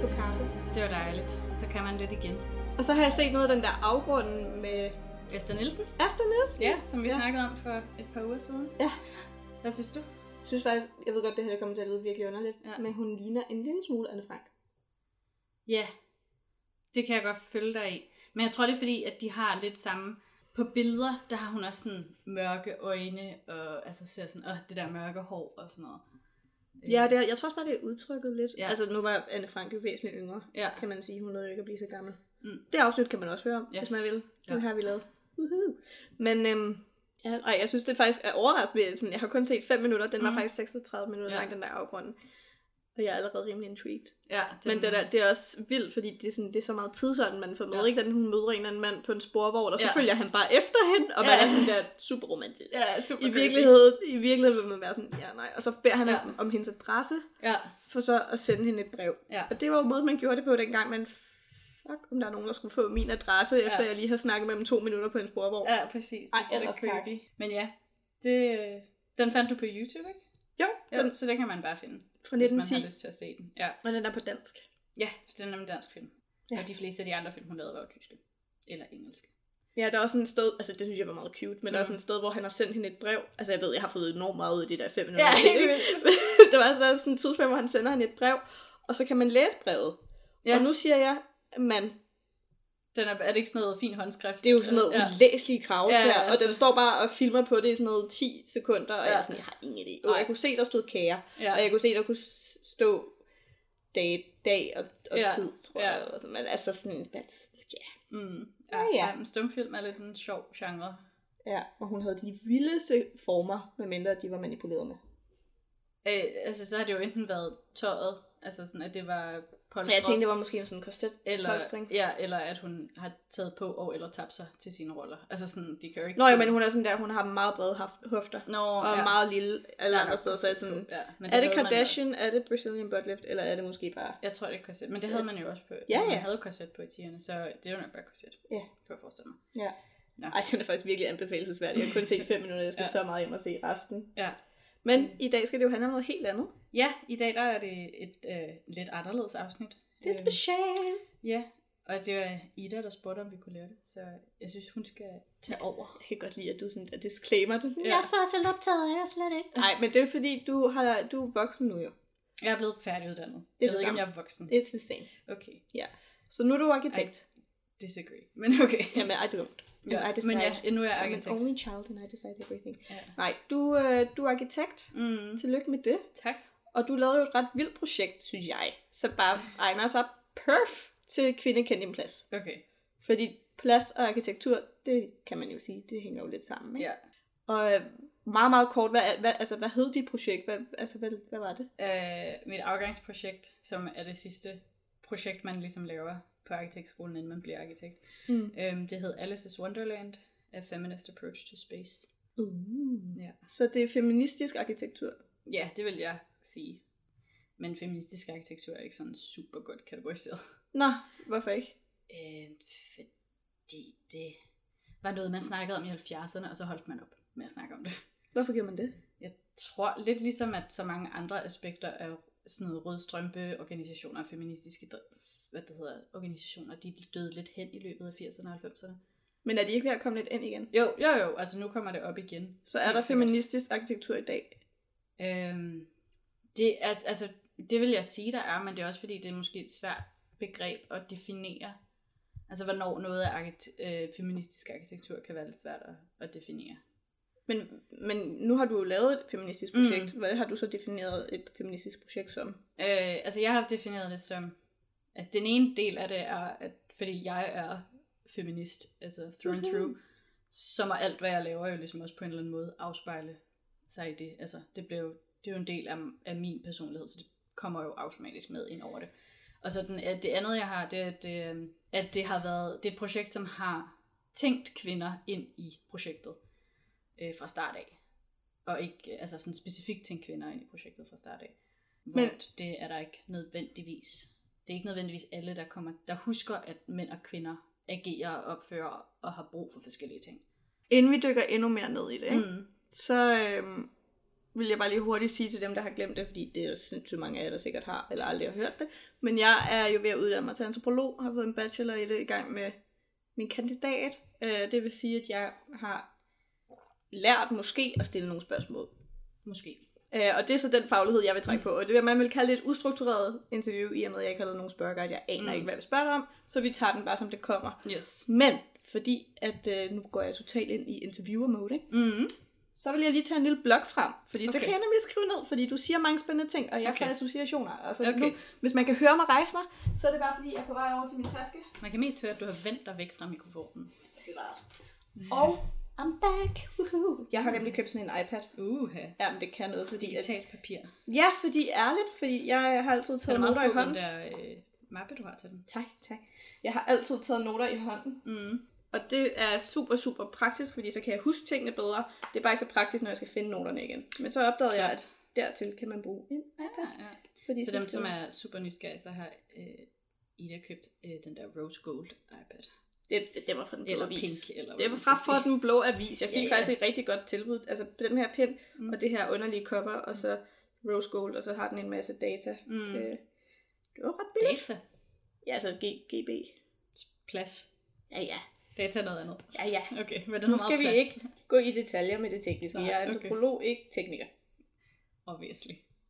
på kaffe. Det var dejligt. Så kan man lidt igen. Og så har jeg set noget af den der afgrunden med... Esther Nielsen. Ja, som vi snakkede om for et par uger siden. Ja. Hvad synes du? Jeg synes faktisk, jeg ved godt, det her kommer til at lyde virkelig underligt, men hun ligner en lille smule Anne Frank. Ja, det kan jeg godt følge dig i. Men jeg tror, det er fordi, at de har lidt samme... På billeder, der har hun også sådan mørke øjne, og altså ser sådan, det der mørke hår og sådan noget. Ja, jeg tror også bare, det er udtrykket lidt. Ja. Altså, nu var Anne Frank jo væsentligt yngre, kan man sige. Hun nåede jo ikke at blive så gammel. Det afsnit kan man også høre om, hvis man vil. Det har vi lavet. Men jeg synes, det faktisk er overraskende. Sådan, jeg har kun set 5 minutter. Den var faktisk 36 minutter lang, den der afgrunden. Og jeg er allerede rimelig intrigued. Ja, men det er også vildt, fordi det er så meget tidsånden, man får med. Ikke? Da hun møder en eller anden mand på en sporvogn, og så følger han bare efter hende, og man er sådan der super romantisk. Ja, super I virkeligheden vil man være sådan, nej. Og så beder han om hendes adresse, for så at sende hende et brev. Ja. Og det var jo måden, man gjorde det på dengang, man om der er nogen, der skulle få min adresse, efter jeg lige har snakket med dem 2 minutter på en sporvogn. Ja, præcis. Det er så creepy. Men ja, den fandt du på YouTube, ikke? Jo. Så det kan man bare finde. Fra 1910. Hvis man har lyst til at se den. Ja. Og den er på dansk. Ja, den er en dansk film. Ja. Og de fleste af de andre film, hun lavede, var jo tyske. Eller engelske. Ja, der er også sådan et sted, altså det synes jeg var meget cute, men der er sådan et sted, hvor han har sendt hende et brev. Altså jeg ved, jeg har fået enormt meget ud af de der 5 minutter. Ja, det var så sådan et tidspunkt, hvor han sender hende et brev, og så kan man læse brevet. Ja. Og nu siger jeg, man... Er det ikke sådan noget fin håndskrift? Det er jo sådan noget ulæselige kravsager, og den står bare og filmer på det i sådan noget 10 sekunder, og jeg har ingen idé. Og jeg kunne se, der stod kære, og jeg kunne se, der kunne stå dag og tid, tror jeg. Eller sådan. Men altså sådan, Men stumfilm er lidt en sjov genre. Ja, og hun havde de vildeste former, medmindre de var manipuleret med. Altså så har det jo enten været tøjet, altså sådan at det var polstret. Jeg tænkte det var måske en sådan korset-polstring. Eller at hun har taget på og eller tabt sig til sine roller. Altså sådan, de kan jo ikke... Nå jo, men hun er sådan der, hun har meget brede hofter. Og meget lille alle andre steder, så er sådan... Ja, men det er det Kardashian, er det Brazilian butt lift, eller er det måske bare... Jeg tror det er korset, men det havde man jo også på. Man havde korset på i 10'erne, så det er jo nok bare korset. Ja. Kan jeg forestille mig. Ja. Ej, den er faktisk virkelig anbefalesværdig. Jeg har kun set 5 minutter, jeg skal så meget hjem og se resten. Ja. Men i dag skal det jo handle om noget helt andet. Ja, i dag der er det et lidt anderledes afsnit. Det er specielt. Ja, og det var Ida, der spurgte, om vi kunne lære det. Så jeg synes, hun skal tage over. Jeg kan godt lide, at du sådan, at disclaimer det. Sådan, jeg er så selv optaget, jeg er slet ikke. Nej, men det er fordi, du er voksen nu jo. Jeg er blevet færdiguddannet. Jeg ved ikke, om jeg er voksen. It's the same. Okay. Ja. Så nu er du arkitekt. I disagree, men okay. Jamen, I don't. Ja, men ja, nu er jeg arkitekt. I'm an only child and I decide everything. Ja. Nej, du er arkitekt. Tillykke med det. Tak. Og du lavede jo et ret vildt projekt, synes jeg. Så bare egner sig til kvinde kendt din plads. Okay. Fordi plads og arkitektur, det kan man jo sige, det hænger jo lidt sammen. Ikke? Ja. Og meget, meget kort, hvad hed dit projekt? Hvad var det? Mit afgangsprojekt, som er det sidste projekt, man ligesom laver på arkitektskolen, inden man bliver arkitekt. Det hed Alice's Wonderland, A Feminist Approach to Space. Ja. Så det er feministisk arkitektur? Ja, det vil jeg sige. Men feministisk arkitektur er ikke sådan super godt kategoriseret. Nå, hvorfor ikke? Fordi det var noget, man snakkede om i 70'erne, og så holdt man op med at snakke om det. Hvorfor gjorde man det? Jeg tror lidt ligesom, at så mange andre aspekter af sådan noget rødstrømpe-organisationer og feministiske organisationer, de døde lidt hen i løbet af 80'erne og 90'erne. Men er de ikke ved at komme lidt ind igen? Jo, altså nu kommer det op igen. Så er der feministisk arkitektur i dag? Det vil jeg sige, der er, men det er også fordi, det er måske et svært begreb at definere. Altså, hvornår noget af feministisk arkitektur kan være lidt svært at definere. Men nu har du jo lavet et feministisk projekt. Hvad har du så defineret et feministisk projekt som? Altså, jeg har defineret det som, at den ene del af det er, at fordi jeg er feminist, altså through and through, så må alt, hvad jeg laver, jo ligesom også på en eller anden måde afspejle sig i det. Altså, det er jo en del af min personlighed, så det kommer jo automatisk med ind over det. Og så det andet, jeg har, det er, at det er et projekt, som har tænkt kvinder ind i projektet fra start af. Og ikke altså sådan specifikt tænkt kvinder ind i projektet fra start af. Men det er der ikke nødvendigvis. Det er ikke nødvendigvis alle, der husker, at mænd og kvinder agerer og opfører og har brug for forskellige ting. Inden vi dykker endnu mere ned i det, ikke? Så vil jeg bare lige hurtigt sige til dem, der har glemt det, fordi det er sindssygt mange af jer, der sikkert har, eller aldrig har hørt det. Men jeg er jo ved at uddanne mig til antropolog, har fået en bachelor i det, i gang med min kandidat. Det vil sige, at jeg har lært måske at stille nogle spørgsmål. Måske. Og det er så den faglighed, jeg vil trække på. Og det vil man vil kalde det et ustruktureret interview, i og med, at jeg ikke har lavet nogen spørgeguide. Jeg aner ikke, hvad jeg vil spørge dig om, så vi tager den bare, som det kommer. Yes. Men, fordi at nu går jeg totalt ind i interviewer-mode, ikke? Så vil jeg lige tage en lille blog frem, fordi så kan jeg nemlig skrive ned, fordi du siger mange spændende ting, og jeg får associationer. Altså nu, hvis man kan høre mig rejse mig, så er det bare fordi, jeg er på vej over til min taske. Man kan mest høre, at du har vendt dig væk fra mikrofonen. Og I'm back! Woohoo. Jeg har nemlig købt sådan en iPad. Ja, men det kan noget, fordi... Digitalt papir. Ja, fordi ærligt, fordi jeg har altid taget noter i hånden. Det er meget den der mappe, du har til den. Tak. Jeg har altid taget noter i hånden. Og det er super, super praktisk, fordi så kan jeg huske tingene bedre. Det er bare ikke så praktisk, når jeg skal finde noterne igen. Men så opdagede jeg, at dertil kan man bruge en iPad. Ja. Fordi så dem, som er super nysgerrige, så har Ida købt den der Rose Gold iPad. Det var fra den blå avis. Pink, eller det var fra den blå avis. Jeg fik faktisk et rigtig godt tilbud. Altså den her pind, og det her underlige cover, og så Rose Gold, og så har den en masse data. Det var ret billigt. Data? Ja, altså GB. Plads? Ja. Data er noget andet? Ja. Okay, men nu skal vi ikke gå i detaljer med det tekniske. Jeg er antropolog, ikke tekniker. Obviously.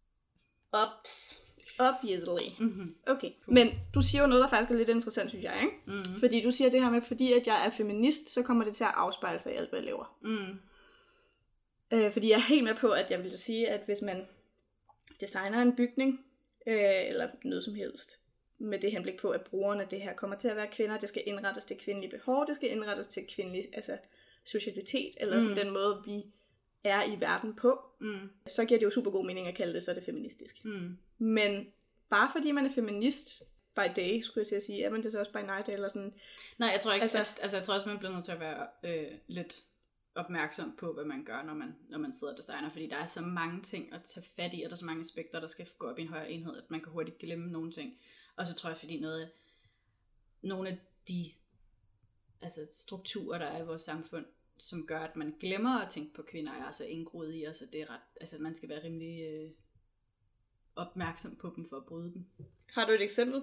Obviously. Okay, men du siger jo noget, der faktisk er lidt interessant, synes jeg, ikke? Fordi du siger det her med, fordi at jeg er feminist, så kommer det til at afspejle sig i alt, hvad jeg laver. Fordi jeg er helt med på, at jeg vil sige, at hvis man designer en bygning, eller noget som helst, med det henblik på, at brugerne af det her kommer til at være kvinder, det skal indrettes til kvindelige behov, det skal indrettes til kvindelig socialitet, eller sådan den måde, vi er i verden på, så giver det jo super god mening at kalde det, så er det feministisk. Men bare fordi man er feminist by day, skulle jeg til at sige, er man det så også by night, eller sådan? Nej, jeg tror ikke, jeg tror også, man bliver nødt til at være lidt opmærksom på, hvad man gør, når man sidder og designer, fordi der er så mange ting at tage fat i, og der er så mange aspekter, der skal gå op i en højere enhed, at man kan hurtigt glemme nogle ting. Og så tror jeg, fordi nogle af de strukturer, der er i vores samfund, som gør, at man glemmer at tænke på kvinder, er altså indgroet i os, og det er ret, man skal være rimelig opmærksom på dem for at bryde dem. Har du et eksempel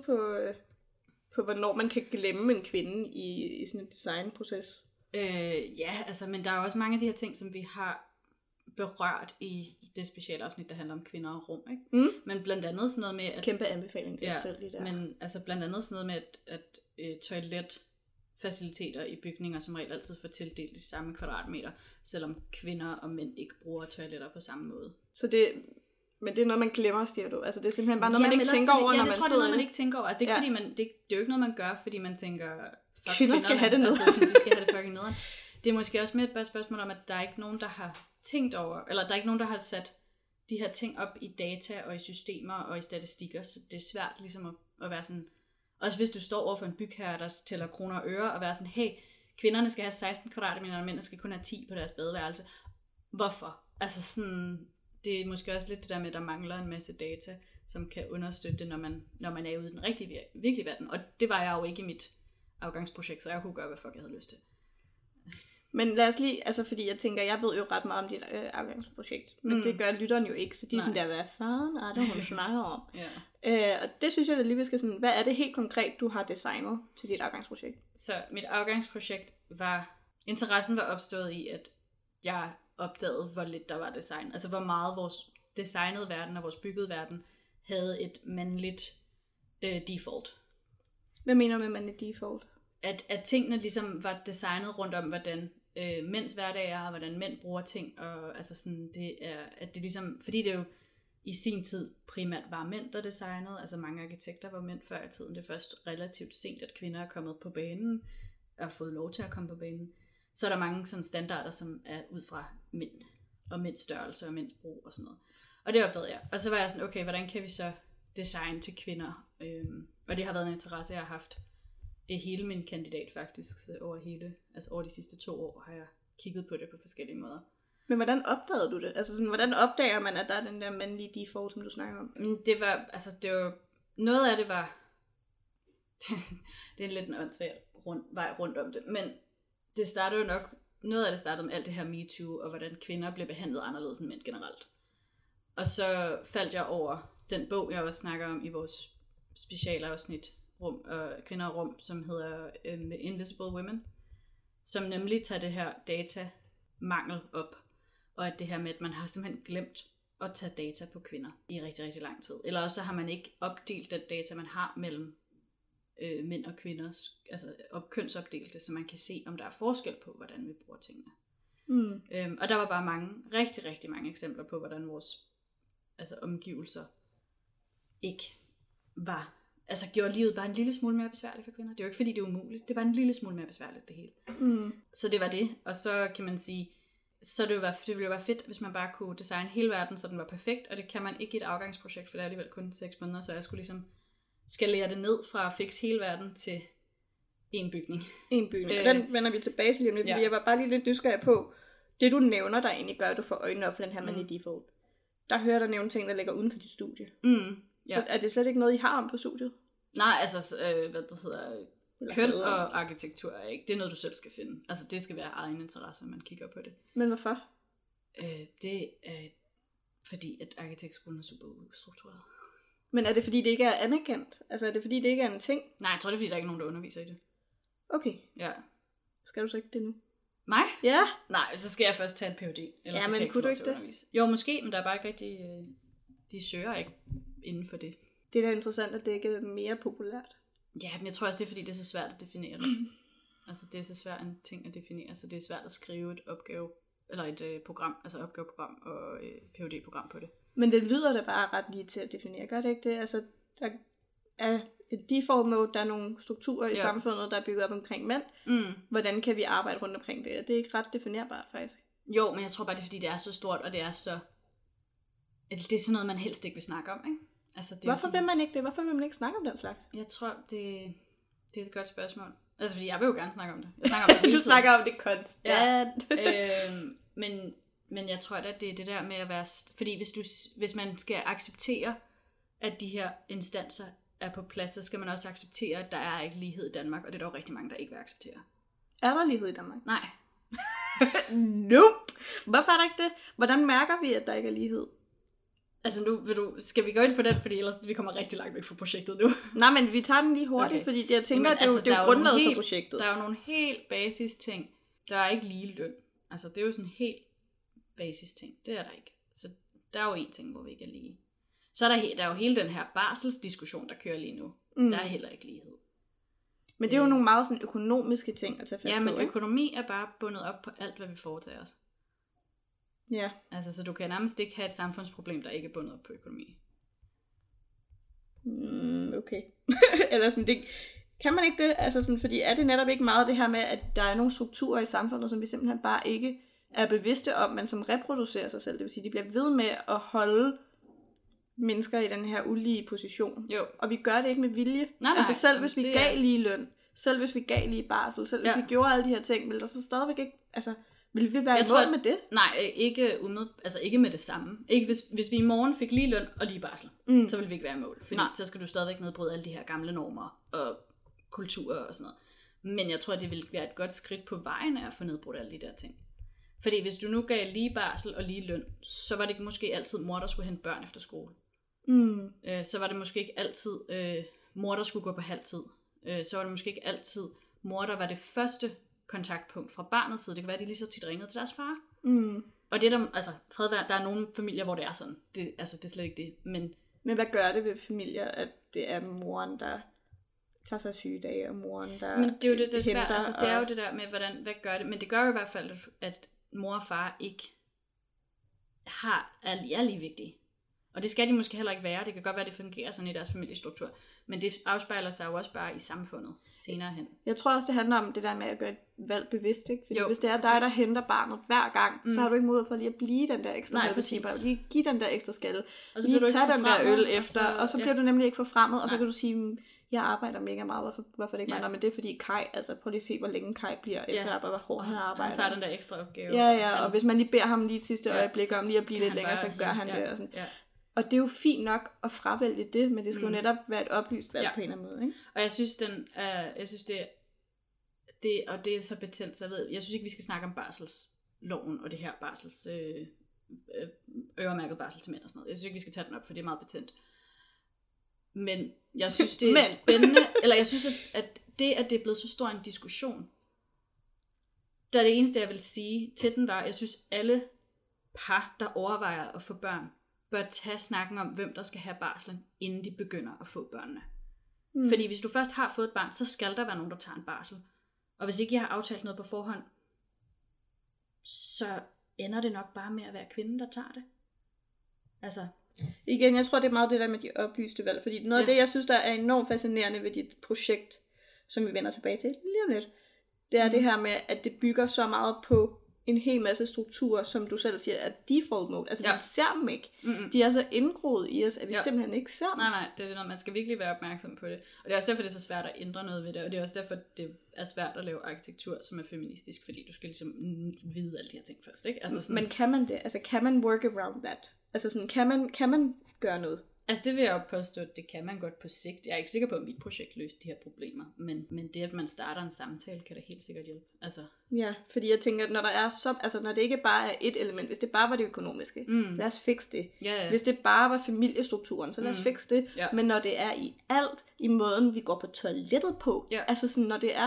på hvornår man kan glemme en kvinde i sådan en designproces? Men der er også mange af de her ting, som vi har berørt i det speciale afsnit, der handler om kvinder og rum, ikke? Men blandt andet sådan noget med at... Kæmpe anbefaling til selv lige der. Men altså blandt andet sådan noget med, at toiletfaciliteter i bygninger som regel altid får tildelt de samme kvadratmeter, selvom kvinder og mænd ikke bruger toiletter på samme måde. Men det er noget, man glemmer, siger du? Altså det er simpelthen bare noget, man ikke tænker over, når man sidder... Ja, jeg tror, det er noget, man ikke tænker over. Altså det er ikke, fordi det er jo ikke noget, man gør, fordi man tænker... Kvinder skal have det ned. Altså, de skal have det fucking nederen. Det er måske også mere et spørgsmål om, at der er ikke nogen, der har tænkt over, eller der er ikke nogen, der har sat de her ting op i data og i systemer og i statistikker, så det er svært ligesom at være sådan, også hvis du står over for en bygherre, der tæller kroner og øre, og være sådan, hey, kvinderne skal have 16 kvadratmeter, og mændene skal kun have 10 på deres badeværelse. Hvorfor? Altså sådan, det er måske også lidt det der med, at der mangler en masse data, som kan understøtte det, når man er ude i den rigtige, virkelige verden. Og det var jeg jo ikke i mit afgangsprojekt, så jeg kunne gøre, hvad fuck jeg havde lyst til. Men lad os lige, altså fordi jeg tænker, jeg ved jo ret meget om dit afgangsprojekt, men det gør lytteren jo ikke, så de er sådan der, hvad fanden er det, hun snakker om? Og det synes jeg, at lige vi skal sådan, hvad er det helt konkret, du har designet til dit afgangsprojekt? Så mit afgangsprojekt interessen var opstået i, at jeg opdagede, hvor lidt der var design. Altså hvor meget vores designede verden og vores byggede verden havde et mandligt default. Hvad mener du med mandligt default? At tingene ligesom var designet rundt om, hvordan mænds hverdag er, og hvordan mænd bruger ting, og altså sådan, det er, at det ligesom, fordi det jo i sin tid primært var mænd, der designede, altså mange arkitekter var mænd før i tiden, det er først relativt sent, at kvinder er kommet på banen, og har fået lov til at komme på banen, så er der mange sådan standarder, som er ud fra mænd, og mænds størrelse, og mænds brug, og sådan noget. Og det opdagede jeg, og så var jeg sådan, okay, hvordan kan vi så designe til kvinder, og det har været en interesse, jeg har haft hele min kandidat faktisk, så over de sidste 2 år har jeg kigget på det på forskellige måder. Men hvordan opdagede du det? Altså sådan, hvordan opdager man, at der er den der mandlige default, som du snakker om? Det var, noget af det var, det er lidt en åndssvær vej rundt om det, men det startede jo nok, noget af det startede med alt det her MeToo, og hvordan kvinder blev behandlet anderledes end mænd generelt. Og så faldt jeg over den bog, jeg også snakker om i vores specialafsnit Kvinder og Rum, som hedder Invisible Women, som nemlig tager det her datamangel op, og at det her med, at man har simpelthen glemt at tage data på kvinder i rigtig, rigtig lang tid. Eller også har man ikke opdelt det data, man har mellem mænd og kvinder, altså kønsopdelt det, så man kan se, om der er forskel på, hvordan vi bruger tingene. Og der var bare rigtig, rigtig mange eksempler på, hvordan vores omgivelser ikke var, gjorde livet bare en lille smule mere besværligt for kvinder. Det er jo ikke, fordi det er umuligt, det er bare en lille smule mere besværligt, det hele. Så det var det, og så kan man sige, så det ville jo være fedt, hvis man bare kunne designe hele verden, så den var perfekt, og det kan man ikke i et afgangsprojekt, for det er alligevel kun 6 måneder, så jeg skulle ligesom skalere det ned fra at fikse hele verden til en bygning. En bygning, og den vender vi tilbage til lige om lidt, fordi jeg var bare lige lidt nysgerrig på, det du nævner, der egentlig gør, at du får øjnene op for den her mand i default. Der hører der nævne ting, der ligger uden for dit studie. Så er det slet ikke noget, I har om på studiet? Nej, køn og arkitektur er ikke. Det er noget, du selv skal finde. Altså, det skal være egen interesse, man kigger på det. Men hvorfor? Det er fordi, at arkitektskolen er super struktureret. Men er det fordi, det ikke er anerkendt? Altså, er det fordi, det ikke er en ting? Nej, jeg tror, det er fordi, der er ikke nogen, der underviser i det. Okay. Ja. Skal du så ikke det nu? Mig? Ja. Nej, så skal jeg først tage et Ph.D. Ja, men kunne du ikke det? Jo, måske, men der er bare ikke rigtig... De søger ikke inden for det. Det er da interessant, at det ikke er mere populært. Ja, men jeg tror også, det er fordi, det er så svært at definere det. Altså, det er så svært en ting at definere, så det er svært at skrive et opgave, eller et program, altså opgaveprogram og Ph.D.-program på det. Men det lyder da bare ret lige til at definere, gør det ikke det? Altså, der er et default mode, der er nogle strukturer i samfundet, der er bygget op omkring mænd. Hvordan kan vi arbejde rundt omkring det? Det er ikke ret definerbart, faktisk. Jo, men jeg tror bare, det er fordi, det er så stort, og det er så... Det er sådan noget, man helst ikke vil snakke om, ikke? Altså, det hvorfor vil man ikke det? Hvorfor vil man ikke snakke om den slags? Jeg tror, det er et godt spørgsmål. Altså, fordi jeg vil jo gerne snakke om det. Jeg snakker om det hele tiden. Du snakker om det konstant. Ja. Men jeg tror at det er det der med at være... Fordi hvis man skal acceptere, at de her instanser er på plads, så skal man også acceptere, at der er ikke lighed i Danmark, og det er der jo rigtig mange, der ikke vil acceptere. Er der lighed i Danmark? Nej. Nope. Hvorfor er der ikke det? Hvordan mærker vi, at der ikke er lighed? Altså nu, skal vi gå ind på den, fordi ellers vi kommer rigtig langt væk fra projektet nu. Nej, men vi tager den lige hurtigt, okay. Fordi jeg tænker, at det er jo grundlaget for projektet. Der er jo nogle helt basis ting. Der er ikke lige løn. Altså det er jo sådan en helt basis ting. Det er der ikke. Så der er jo en ting, hvor vi ikke er lige. Så er der jo hele den her barselsdiskussion, der kører lige nu. Der er heller ikke lighed. Men det er jo nogle meget sådan økonomiske ting at tage fat på. Ja, men økonomi er bare bundet op på alt, hvad vi foretager os. Ja. Altså, så du kan nærmest ikke have et samfundsproblem, der ikke er bundet op på økonomi. Okay. Eller sådan, det, kan man ikke det? Altså sådan, fordi er det netop ikke meget det her med, at der er nogle strukturer i samfundet, som vi simpelthen bare ikke er bevidste om, men som reproducerer sig selv. Det vil sige, de bliver ved med at holde mennesker i den her ulige position. Jo. Og vi gør det ikke med vilje. Nej, altså selv hvis vi gav lige løn, selv hvis vi gav lige barsel, selv hvis vi gjorde alle de her ting, ville der så stadigvæk ikke... Altså, vil vi være i mål med det? Nej, ikke med det samme. Ikke hvis vi i morgen fik lige løn og lige barsel, så vil vi ikke være i mål. Fordi så skal du stadigvæk nedbryde alle de her gamle normer og kulturer og sådan noget. Men jeg tror, det vil være et godt skridt på vejen af at få nedbrudt alle de der ting. Fordi hvis du nu gav lige barsel og lige løn, så var det måske altid mor, der skulle hente børn efter skole. Så var det måske ikke altid mor, der skulle gå på halvtid. Så var det måske ikke altid mor, der var det første kontaktpunkt fra barnets side. Det kan være, at de lige så tit ringede til deres far. Og det der, altså fredværd, der er nogle familier, hvor det er sådan. Det er slet ikke det. Men hvad gør det ved familier, at det er moren, der tager sig sygedage, og moren, der men det er jo det er svært. Altså, det er jo det der med, hvad gør det? Men det gør jo i hvert fald, at mor og far ikke er lige vigtige. Og det skal de måske heller ikke være. Det kan godt være, at det fungerer sådan i deres familiestruktur. Men det afspejler sig jo også bare i samfundet senere hen. Jeg tror også, det handler om det der med at gøre et valg bevidst. Ikke? Fordi hvis det er dig, der henter barnet hver gang, så har du ikke mulighed for lige at blive den der ekstra halvtimer. Lige give den der ekstra skalle. Og så lige tage den der øl efter. Og så bliver du nemlig ikke forfremmet. Og så kan du sige, jeg arbejder mega meget. Hvorfor det ikke mig? Men det er fordi Kai, altså prøv lige at se, hvor længe Kai bliver efter arbejde, hvor hårdt han arbejder. Han tager den der ekstra opgave. Ja, og hvis man lige beder ham lige sidste øjeblik om lige at blive lidt længere, så gør han det. Og sådan. Og det er jo fint nok at fravælge det, men det skal jo netop være et oplyst valg på en eller anden måde, ikke? Og jeg synes det og det er så betændt, så jeg synes ikke, vi skal snakke om barselsloven og det her barsels øremærket barsel til mænd og sådan noget. Jeg synes ikke, vi skal tage den op, for det er meget betændt. Men jeg synes, det er spændende, eller jeg synes, at det er blevet så stor en diskussion, der er det eneste, jeg vil sige til den var, jeg synes, alle par, der overvejer at få børn, bør tage snakken om, hvem der skal have barslen, inden de begynder at få børnene. Fordi hvis du først har fået et barn, så skal der være nogen, der tager en barsel. Og hvis ikke I har aftalt noget på forhånd, så ender det nok bare med at være kvinden, der tager det. Altså. Igen, jeg tror, det er meget det der med de oplyste valg. Fordi noget af det, jeg synes, der er enormt fascinerende ved dit projekt, som vi vender tilbage til lige om lidt, det er det her med, at det bygger så meget på en hel masse strukturer, som du selv siger, er default mode. Altså, vi ser dem ikke. De er så indgroet i os, at vi simpelthen ikke ser dem. Nej, det er noget, man skal virkelig være opmærksom på det. Og det er også derfor, det er så svært at ændre noget ved det. Og det er også derfor, det er svært at lave arkitektur, som er feministisk, fordi du skal ligesom vide alle de her ting først, ikke? Altså sådan, men kan man det? Altså, kan man work around that? Altså, sådan, kan man gøre noget? Altså, det vil jeg jo påstå, at det kan man godt på sigt. Jeg er ikke sikker på, at mit projekt løser de her problemer, men det, at man starter en samtale, kan da helt sikkert hjælpe. Altså. Ja, fordi jeg tænker, at når der er så, altså når det ikke bare er et element, hvis det bare var det økonomiske, lad os fikse det. Ja. Hvis det bare var familiestrukturen, så lad os fikse det. Ja. Men når det er i alt, i måden, vi går på toilettet på, altså sådan,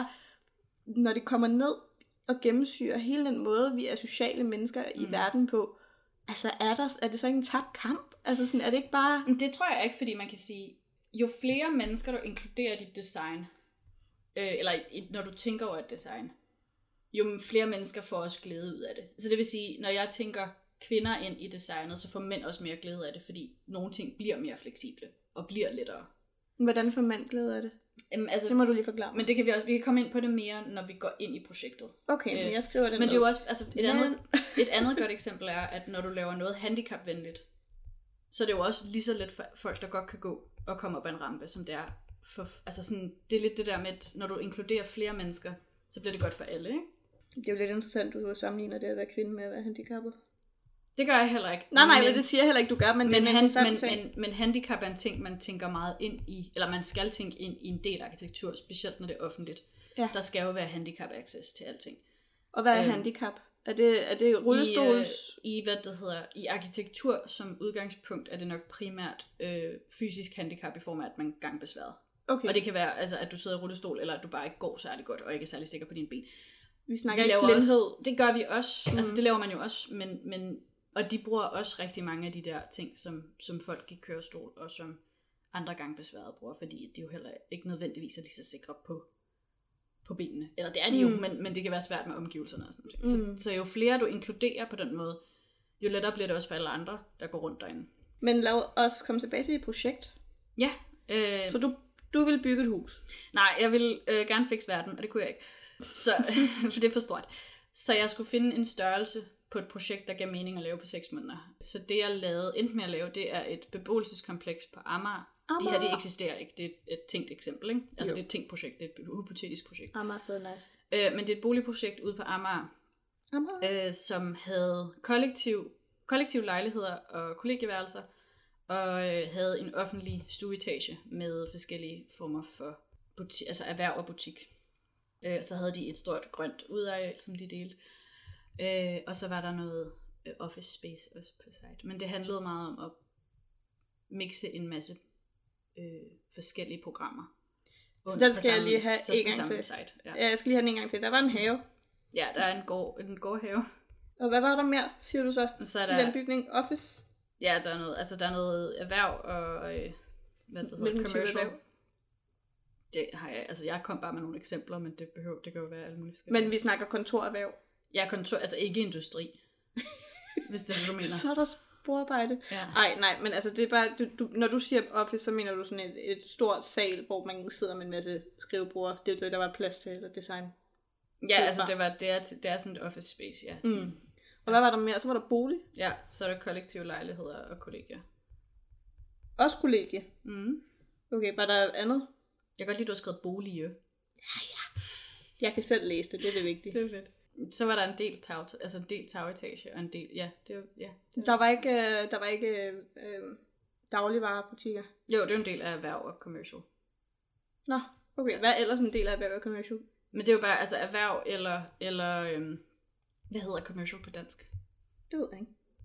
når det kommer ned og gennemsyrer hele den måde, vi er sociale mennesker i verden på, altså er det så ikke en tabt kamp? Altså sådan, er det ikke bare... Det tror jeg ikke, fordi man kan sige, jo flere mennesker, du inkluderer i dit design, eller når du tænker over et design, jo flere mennesker får også glæde ud af det. Så det vil sige, når jeg tænker kvinder ind i designet, så får mænd også mere glæde af det, fordi nogle ting bliver mere fleksible og bliver lettere. Hvordan får mænd glæde af det? Altså, det må du lige forklare. Men det kan vi kan komme ind på det mere, når vi går ind i projektet. Okay, men jeg skriver det men det er jo også, altså et andet godt eksempel er, at når du laver noget handicapvenligt, så er det jo også lige så let for folk, der godt kan gå og komme op ad en rampe, som det er for, altså sådan, det er lidt det der med, at når du inkluderer flere mennesker, så bliver det godt for alle, ikke? Det er jo lidt interessant, du sammenligner det at være kvinde med at være handicappet. Det gør jeg heller ikke. Nej, det siger jeg heller ikke, du gør, men det er en interessant ting. Men handicap er en ting, man tænker meget ind i, eller man skal tænke ind i en del arkitektur, specielt når det er offentligt. Ja. Der skal jo være handicap access til alting. Og hvad er handicap? Er det rullestols? I arkitektur som udgangspunkt er det nok primært fysisk handicap i form af, at man er gangbesværet. Okay. Og det kan være, altså, at du sidder i rullestol, eller at du bare ikke går særlig godt, og ikke er særlig sikker på dine ben. Vi snakker ikke blindhed. Det gør vi også. Altså, det laver man jo også, men og de bruger også rigtig mange af de der ting, som folk i kørestol, og som andre gangbesværede bruger, fordi de jo heller ikke nødvendigvis er lige så sikre på benene. Eller det er de jo, men det kan være svært med omgivelserne og sådan noget. Så jo flere du inkluderer på den måde, jo lettere bliver det også for alle andre, der går rundt derinde. Men lad os komme tilbage til dit projekt. Ja. Så du vil bygge et hus? Nej, jeg vil gerne fikse verden, og det kunne jeg ikke. Så, for det er for stort. Så jeg skulle finde en størrelse på et projekt, der gav mening at lave på 6 måneder. Så det jeg endte med at lave, det er et beboelseskompleks på Amager. De her, de eksisterer ikke. Det er et tænkt eksempel, ikke? Altså det er et tænkt projekt, det er et hypotetisk projekt. Amager er stadig nice. Men det er et boligprojekt ude på Amager, som havde kollektiv lejligheder og kollegieværelser, og havde en offentlig stueetage med forskellige former for altså erhverv og butik. Så havde de et stort grønt udareal, som de delte. Og så var der noget office space også på site. Men det handlede meget om at mixe en masse forskellige programmer. Så den skal jeg lige have en gang til. Site, ja, jeg skal lige have den en gang til. Der var en have. Ja, der er en gårdhave. Og hvad var der mere, siger du så er der, i den bygning? Office? Ja, der er noget erhverv og hvad det hedder, commercial. Det har jeg, altså jeg kom bare med nogle eksempler, men det kan jo være alle mulige forskellige. Men vi snakker kontorerhverv. Ja, altså ikke industri. Hvis det er, hvad du mener. Så er der sporarbejde. Ja. Nej, men altså det er bare, når du siger office, så mener du sådan et stort sal, hvor man sidder med en masse skrivebord. Det er det, der var plads til, eller design. Ja, altså det er sådan et office space, ja. Og hvad var der mere? Så var der bolig? Ja, så er der kollektive lejligheder og kollegier. Også kollegie? Okay, var der andet? Jeg kan godt lide, du har skrevet bolige. Ja. Jeg kan selv læse det, det er det vigtige. Det er fedt. Så var der en del tagetage og en del, Der var ikke dagligvarebutikker? Jo, det er en del af erhverv og commercial. Nå, okay. Hvad er ellers en del af erhverv og commercial? Men det er jo bare, altså erhverv eller hvad hedder commercial på dansk? Det ved jeg ikke.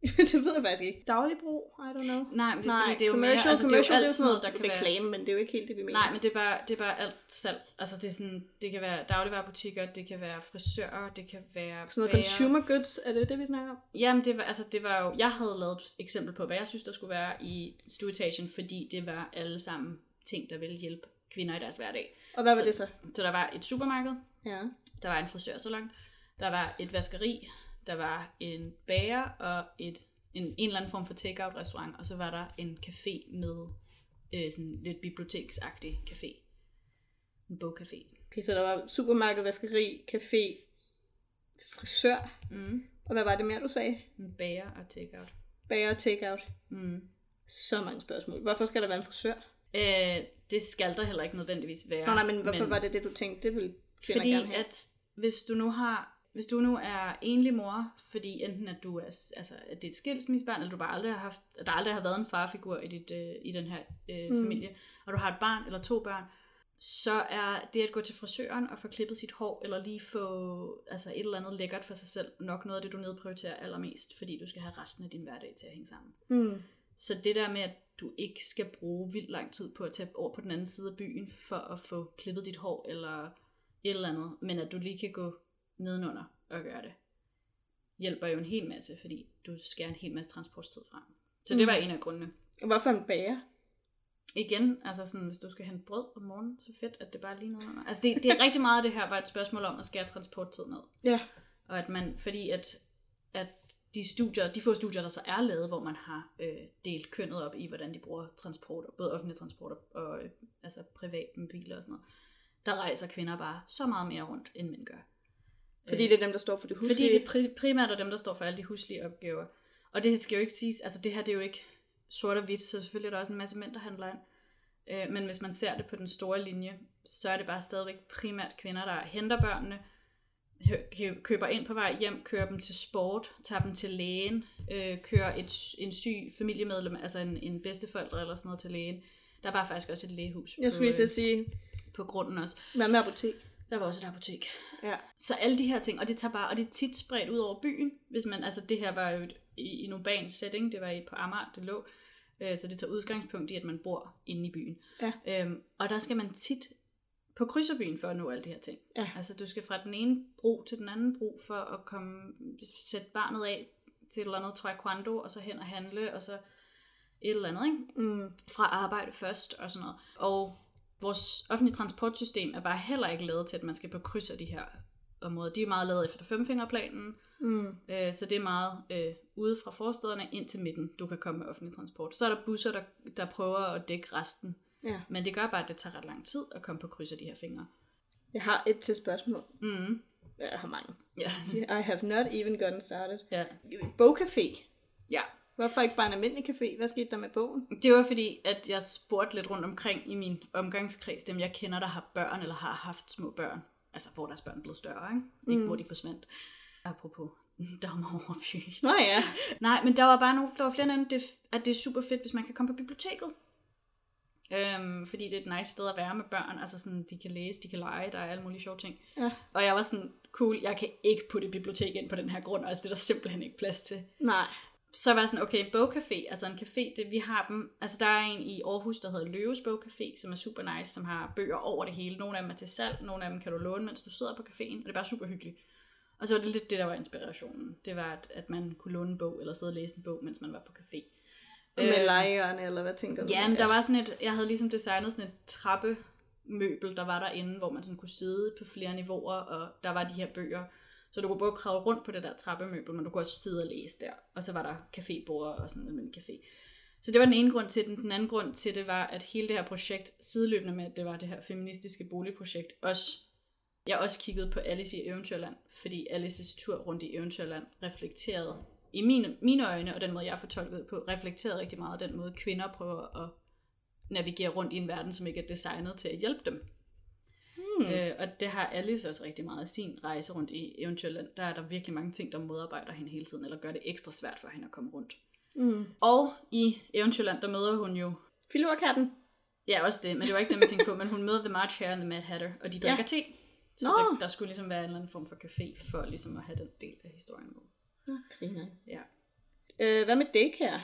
Det ved jeg faktisk ikke. Daglig brug? I don't know. Nej, men det er jo commercial, mere, altså det er jo alt sådan noget, der kan reklame, være... men det er jo ikke helt det, vi mener. Nej, men det er bare alt salg. Altså det er sådan, det kan være dagligvarebutikker, det kan være frisører, det kan være sådan noget consumer goods, er det vi snakker om? Jamen det var jo, jeg havde lavet et eksempel på, hvad jeg synes, der skulle være i stueetagen, fordi det var alle sammen ting, der ville hjælpe kvinder i deres hverdag. Og hvad var det så? Så der var et supermarked, ja. Der var en frisørsalon, der var et vaskeri, der var en bager og en eller anden form for take-out restaurant, og så var der en café med sådan lidt biblioteksagtig café. En bogcafé. Okay, så der var supermarked, vaskeri, café, frisør. Og hvad var det mere, du sagde? En bager og take-out. Bager og take-out. Så mange spørgsmål. Hvorfor skal der være en frisør? Det skal der heller ikke nødvendigvis være. Nej, men hvorfor var det, du tænkte? Det ville kvinder fordi gerne have. At hvis du nu er enlig mor, fordi enten at du er, altså at det er et skilsmissebarn, eller du bare aldrig har haft, at der aldrig har været en farfigur i den her familie, og du har et barn eller 2 børn, så er det at gå til frisøren og få klippet sit hår, eller lige få altså et eller andet lækkert for sig selv, nok noget af det, du nedprioriterer allermest, fordi du skal have resten af din hverdag til at hænge sammen. Så det der med, at du ikke skal bruge vildt lang tid på at tage over på den anden side af byen, for at få klippet dit hår, eller et eller andet, men at du lige kan gå nedenunder og gøre det, hjælper jo en hel masse, fordi du skærer en hel masse transporttid frem. Så det var en af grundene. Og hvorfor en bager? Igen, altså sådan, hvis du skal hente brød om morgenen, så fedt, at det bare lige nedenunder. Altså det er rigtig meget af det her var et spørgsmål om at skære transporttid ned. Ja. Og at man, fordi at de få studier, der så er lavet, hvor man har delt kønnet op i, hvordan de bruger transport, både offentlige transport og altså privat med biler og sådan noget, der rejser kvinder bare så meget mere rundt, end mænd gør. Fordi det er dem, der står for det huslige? Fordi det primært er dem, der står for alle de huslige opgaver. Og det skal jo ikke siges, altså det her det er jo ikke sort og hvidt, så selvfølgelig er der også en masse mænd, der handler ind. Men hvis man ser det på den store linje, så er det bare stadigvæk primært kvinder, der henter børnene, køber ind på vej hjem, kører dem til sport, tager dem til lægen, kører en syg familiemedlem, altså en bedsteforældre eller sådan noget til lægen. Der var faktisk også et lægehus. Jeg skulle lige sige på grunden også. Hvad med apotek? Der var også et apotek. Ja. Så alle de her ting, og det er tit spredt ud over byen, hvis man, altså det her var jo i en urban setting, det var på Amager, det lå, så det tager udgangspunkt i, at man bor inde i byen. Ja. Og der skal man tit på krydserbyen for at nå alle de her ting. Ja. Altså du skal fra den ene bro til den anden bro for at sætte barnet af til et eller andet taekwondo, og så hen og handle, og så et eller andet, ikke? Fra arbejde først og sådan noget. Og vores offentlige transportsystem er bare heller ikke lavet til, at man skal på kryds af de her områder. De er meget lavet efter 5-fingerplanen, så det er meget ude fra forstederne ind til midten, du kan komme med offentlig transport. Så er der busser, der prøver at dække resten. Ja. Men det gør bare, at det tager ret lang tid at komme på kryds af de her fingre. Jeg har et til spørgsmål. Jeg har mange. Yeah. I have not even gotten started. Yeah. Bogcafé. Ja. Hvorfor ikke bare en almindelig café? Hvad skete der med bogen? Det var fordi, at jeg spurgte lidt rundt omkring i min omgangskreds, dem jeg kender, der har børn eller har haft små børn. Altså, hvor deres børn er blevet større, ikke? Ikke hvor de forsvandt. Apropos Dagmar Overby. Nå ja. Nej, men der var flere af dem, at det er super fedt, hvis man kan komme på biblioteket. Fordi det er et nice sted at være med børn. Altså sådan, de kan læse, de kan lege, der er alle mulige sjove ting. Ja. Og jeg var sådan, cool, jeg kan ikke putte et bibliotek ind på den her grund, altså det er der simpelthen ikke plads til. Nej. Så var jeg sådan, okay, bogcafé, altså en café, vi har dem, altså der er en i Aarhus, der hedder Løves Bogcafé, som er super nice, som har bøger over det hele. Nogle af dem er til salg, nogle af dem kan du låne, mens du sidder på caféen, og det er bare super hyggeligt. Og så var det lidt det, der var inspirationen. Det var, at man kunne låne en bog, eller sidde og læse en bog, mens man var på café. Med lejerne, eller hvad tænker du? Ja, men der var sådan jeg havde ligesom designet sådan et trappemøbel, der var derinde, hvor man sådan kunne sidde på flere niveauer, og der var de her bøger. Så du kunne både kravle rundt på det der trappemøbel, men du kunne også sidde og læse der. Og så var der cafébord og sådan en almindelig café. Så det var den ene grund til den. Den anden grund til det var, at hele det her projekt, sideløbende med, at det var det her feministiske boligprojekt, jeg også kiggede på Alice i Eventyrland, fordi Alices tur rundt i Eventyrland reflekterede, i mine øjne, og den måde jeg fortolkede på, reflekterede rigtig meget den måde, kvinder prøver at navigere rundt i en verden, som ikke er designet til at hjælpe dem. Og det har Alice også rigtig meget af sin rejse rundt i Eventyrland. Der er der virkelig mange ting, der modarbejder hende hele tiden, eller gør det ekstra svært for hende at komme rundt. Og i Eventyrland, der møder hun jo Filurkatten. Ja, også det, men det var ikke det, man tænkte på, men hun møder The March Hare og The Mad Hatter, og de drikker te. Så der skulle ligesom være en eller anden form for café, for ligesom at have den del af historien med. Griner. Ja. Hvad med daycare?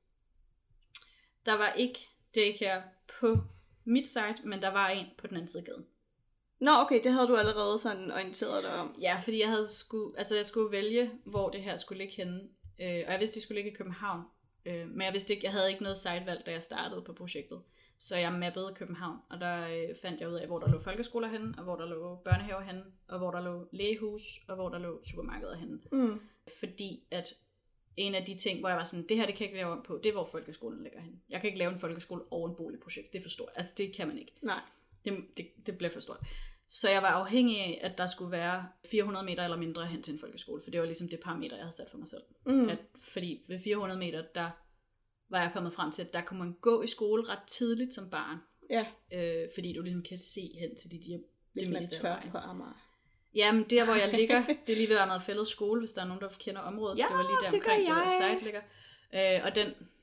Der var ikke daycare på mit site, men der var en på den anden side af gaden. Nå, okay, det havde du allerede sådan orienteret dig om. Ja, fordi jeg skulle vælge, hvor det her skulle ligge henne. Og jeg vidste, det skulle ligge i København. Men jeg havde ikke noget sitevalg, da jeg startede på projektet. Så jeg mappede København, og der fandt jeg ud af, hvor der lå folkeskoler henne, og hvor der lå børnehaver henne, og hvor der lå lægehus, og hvor der lå supermarkeder henne. Fordi at en af de ting, hvor jeg var sådan, det her det kan jeg ikke lave om på, det er, hvor folkeskolen ligger henne. Jeg kan ikke lave en folkeskole over en boligprojekt, det er for stort. Altså det kan man ikke. Nej. Det bliver for stort. Så jeg var afhængig af, at der skulle være 400 meter eller mindre hen til en folkeskole, for det var ligesom det parameter, jeg havde sat for mig selv. Fordi ved 400 meter, der var jeg kommet frem til, at der kunne man gå i skole ret tidligt som barn. Ja. Fordi du ligesom kan se hen til dit hjem. Hvis man tør på Amager. Jamen, der hvor jeg ligger, det er lige ved Amager Fælled skole, hvis der er nogen, der kender området. Ja, det var lige der omkring, det der site ligger. Og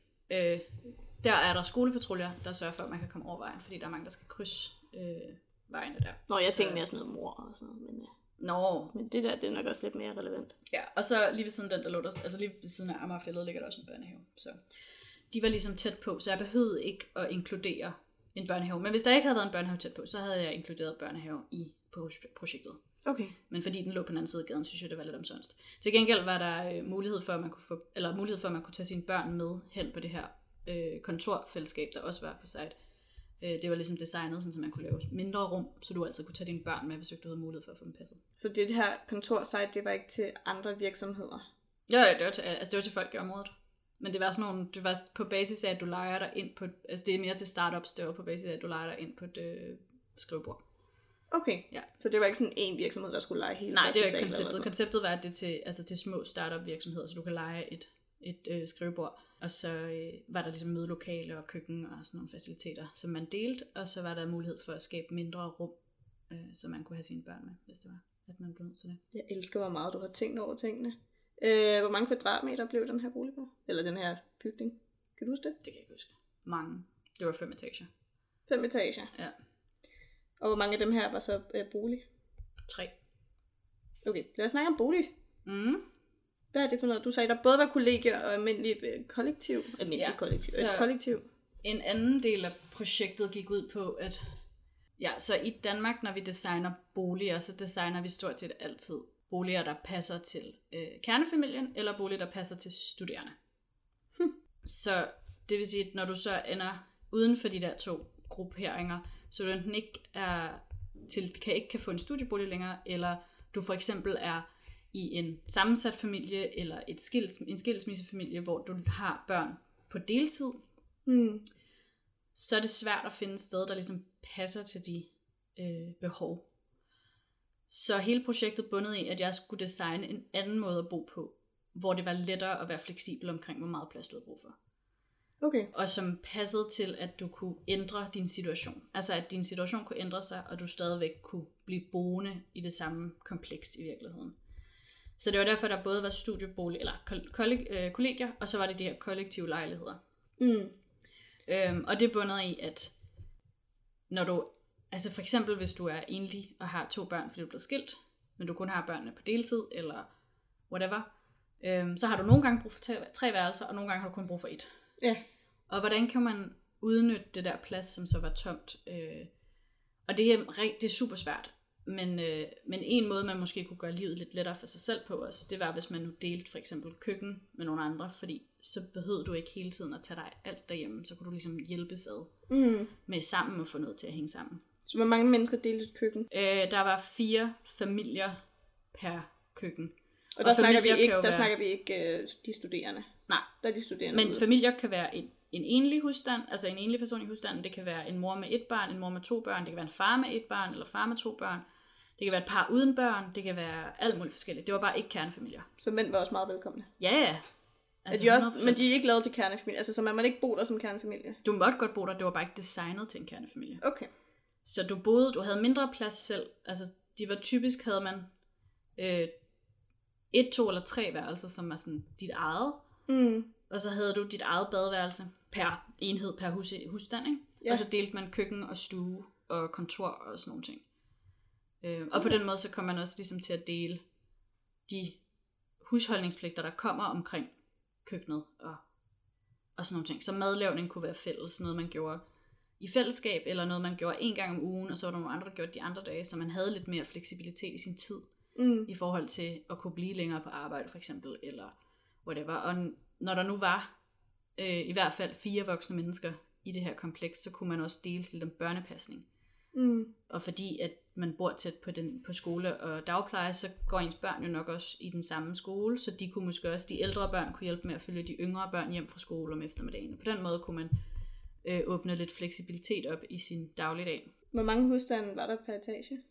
der er der skolepatruljer, der sørger for, at man kan komme over vejen, fordi der er mange, der skal krydse vejene der. Nå, jeg tænkte mere sådan noget mor og sådan noget, men det der, det er nok også lidt mere relevant. Ja, og så lige ved siden den, der lå der, altså lige ved siden af Amager Fælled ligger der også en børnehave. Så de var ligesom tæt på, så jeg behøvede ikke at inkludere en børnehave. Men hvis der ikke havde været en børnehave tæt på, så havde jeg inkluderet børnehave på projektet. Okay. Men fordi den lå på den anden side af gaden, synes jeg, det var lidt omsonst. Til gengæld var der mulighed for, at man kunne tage sine børn med hen på det her kontorfællesskab, der også var på site. Det var ligesom designet, så man kunne lave mindre rum, så du altid kunne tage dine børn med, hvis du havde mulighed for at få dem passet. Så det her kontorsite, det var ikke til andre virksomheder? Ja, det var til folk i området. Men det var sådan nogle, det var på basis af, at du lejer dig ind på, altså det er mere til startups, det var på basis af, at du lejer dig ind på et skrivebord. Okay, ja. Så det var ikke sådan en virksomhed, der skulle lege hele? Nej, det var ikke konceptet. Konceptet var, at det til små startup virksomheder, så du kan lege et skrivebord. Og så var der ligesom mødelokale og køkken og sådan nogle faciliteter, som man delte. Og så var der mulighed for at skabe mindre rum, så man kunne have sine børn med, hvis det var, at man blev nødt til det. Jeg elsker, hvor meget du har tænkt over tingene. Hvor mange kvadratmeter blev den her bolig på? Eller den her bygning? Kan du huske det? Det kan jeg ikke huske. Mange. Det var 5 etager. 5 etager? Ja. Og hvor mange af dem her var så bolig? 3. Okay, lad os snakke om bolig. Hvad er det for noget? Du sagde, der både var kollegier og almindeligt kollektiv. Kollektiv. En anden del af projektet gik ud på, at så i Danmark, når vi designer boliger, så designer vi stort set altid boliger, der passer til kernefamilien, eller boliger, der passer til studerende. Så det vil sige, at når du så ender uden for de der 2 grupperinger, så du enten ikke kan få en studiebolig længere, eller du for eksempel er i en sammensat familie, eller en skilsmissefamilie, hvor du har børn på deltid, så er det svært at finde et sted, der ligesom passer til de behov. Så hele projektet bundet i, at jeg skulle designe en anden måde at bo på, hvor det var lettere at være fleksibel omkring, hvor meget plads du havde brug for. Okay. Og som passede til, at du kunne ændre din situation. Altså at din situation kunne ændre sig, og du stadigvæk kunne blive boende i det samme kompleks i virkeligheden. Så det var derfor, der både var studiebolig, eller kollegier, og så var det de her kollektive lejligheder. Og det er bundet i, at når du, altså for eksempel hvis du er enlig og har 2 børn, fordi du er blevet skilt, men du kun har børnene på deltid, eller whatever, så har du nogle gange brug for 3 værelser, og nogle gange har du kun brug for 1. Ja. Og hvordan kan man udnytte det der plads, som så var tomt? Og det er super svært. Men en måde, man måske kunne gøre livet lidt lettere for sig selv på os, det var, hvis man nu delte for eksempel køkken med nogle andre, fordi så behøvede du ikke hele tiden at tage dig alt derhjemme, så kunne du ligesom hjælpes ad med sammen at få noget til at hænge sammen. Så hvor mange mennesker delte et køkken? Der var 4 familier per køkken. Og der snakker vi ikke de studerende? Nej. Der er de studerende men ude. Familier kan være en enlig husstand, altså en enlig person i husstanden. Det kan være en mor med 1 barn, en mor med 2 børn. Det kan være en far med 1 barn, eller far med 2 børn. Det kan være et par uden børn. Det kan være alt muligt forskelligt. Det var bare ikke kernefamilier. Så mænd var også meget velkomne? Ja. Altså de også, men de er ikke lavet til kernefamilie? Altså så man må ikke bo der som kernefamilie? Du måtte godt bo der, det var bare ikke designet til en kernefamilie. Okay. Så du havde mindre plads selv. Altså de var typisk, havde man 1, 2 eller 3 værelser, som var sådan dit eget. Og så havde du dit eget badeværelse per enhed, per husstand, ikke? Ja. Og så delte man køkken og stue og kontor og sådan nogle ting. Og på den måde, så kom man også ligesom til at dele de husholdningspligter, der kommer omkring køkkenet og sådan nogle ting. Så madlavning kunne være fælles, noget man gjorde i fællesskab, eller noget man gjorde en gang om ugen, og så var der nogle andre, der gjorde de andre dage, så man havde lidt mere fleksibilitet i sin tid, i forhold til at kunne blive længere på arbejde for eksempel, eller whatever. Og når der nu var i hvert fald 4 voksne mennesker i det her kompleks, så kunne man også dele til dem børnepasning. Og fordi at man bor tæt på skole og dagpleje, så går ens børn jo nok også i den samme skole, så de kunne måske også, de ældre børn kunne hjælpe med at følge de yngre børn hjem fra skole om eftermiddagen. På den måde kunne man åbne lidt fleksibilitet op i sin dagligdag. Hvor mange husstande var der per etage?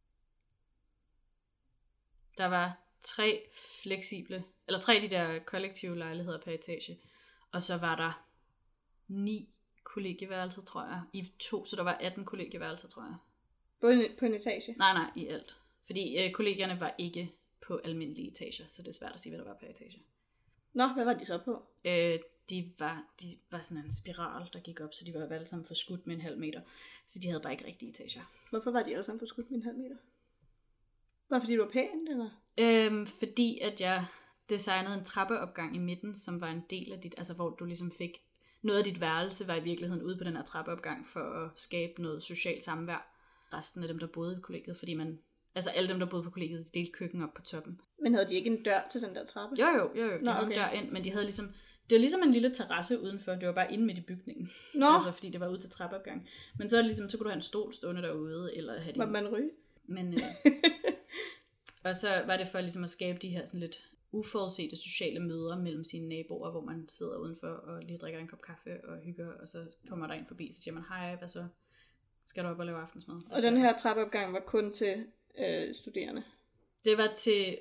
Der var 3 af de der kollektive lejligheder per etage, og så var der 9 kollegieværelser, tror jeg, i 2, så der var 18 kollegieværelser, tror jeg. På en etage? Nej, i alt. Fordi kollegierne var ikke på almindelige etager, så det er svært at sige, hvad der var per etage. Nå, hvad var de så på? De var sådan en spiral, der gik op, så de var alle sammen forskudt med 0,5 meter. Så de havde bare ikke rigtige etager. Hvorfor var de alle sammen forskudt med 0,5 meter? Bare fordi du var pæn, eller? Fordi at jeg designede en trappeopgang i midten, som var en del af dit, altså hvor du ligesom fik, noget af dit værelse var i virkeligheden ude på den her trappeopgang for at skabe noget socialt samvær. Resten af dem, der boede i kollegiet, fordi alle dem, der boede på kollegiet, de delte køkken op på toppen. Men havde de ikke en dør til den der trappe? Jo, de havde en dør ind, men de havde ligesom, det var ligesom en lille terrasse udenfor, det var bare inde midt i bygningen. Altså fordi det var ude til trappeopgang. Men så er det ligesom, så kunne du have en stol stående derude, eller have Var man ryge? Men, og så var det for ligesom at skabe de her sådan lidt uforudsete sociale møder mellem sine naboer, hvor man sidder udenfor og lige drikker en kop kaffe og hygger, og så kommer der en forbi, så siger man, hej, hvad så? Skal du op og lave aftensmad? Og den her trappeopgang var kun til studerende? Det var til,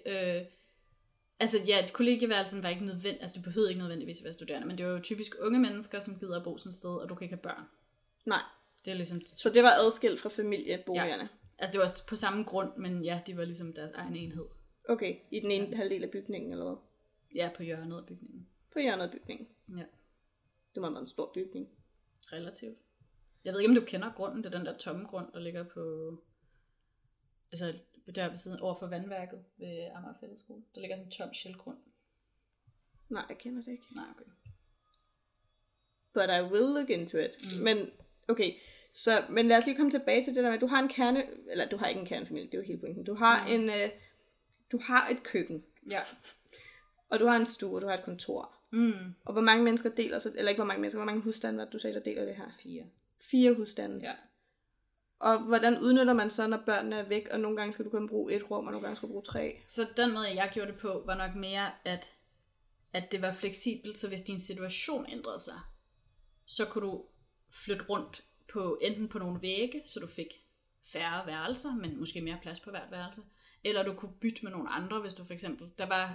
kollegieværelsen var ikke nødvendigt, altså du behøvede ikke nødvendigvis at være studerende, men det var jo typisk unge mennesker, som gider at bo sådan et sted, og du kan ikke have børn. Nej. Det er ligesom, så det var adskilt fra familieboligerne? Ja. Altså det var på samme grund, men ja, de var ligesom deres egen enhed. Okay, i den ene halvdel af bygningen, eller hvad? Ja, på hjørnet af bygningen. På hjørnet af bygningen? Ja. Det var en meget stor bygning. Relativt. Jeg ved ikke, om du kender grunden. Det er den der tomme grund, der ligger på, altså der ved siden over for vandværket ved Amager Fællesskole. Der ligger sådan en tom shellgrund. Nej, jeg kender det ikke. Nej, okay. But I will look into it. Men, okay. Men lad os lige komme tilbage til det der med, at du har en kerne, eller du har ikke en kernefamilie, det er jo hele pointen. Du har du har et køkken. Ja. Og du har en stue, og du har et kontor. Og hvor mange mennesker deler så, eller ikke hvor mange mennesker, hvor mange husstande var det, du sagde, der deler det her? 4 husstande. Ja. Og hvordan udnytter man så, når børnene er væk, og nogle gange skal du kun bruge 1 rum, og nogle gange skal du bruge 3? Så den måde, jeg gjorde det på, var nok mere, at det var fleksibelt, så hvis din situation ændrede sig, så kunne du flytte rundt enten på nogle vægge, så du fik færre værelser, men måske mere plads på hvert værelse, eller du kunne bytte med nogle andre, hvis du for eksempel,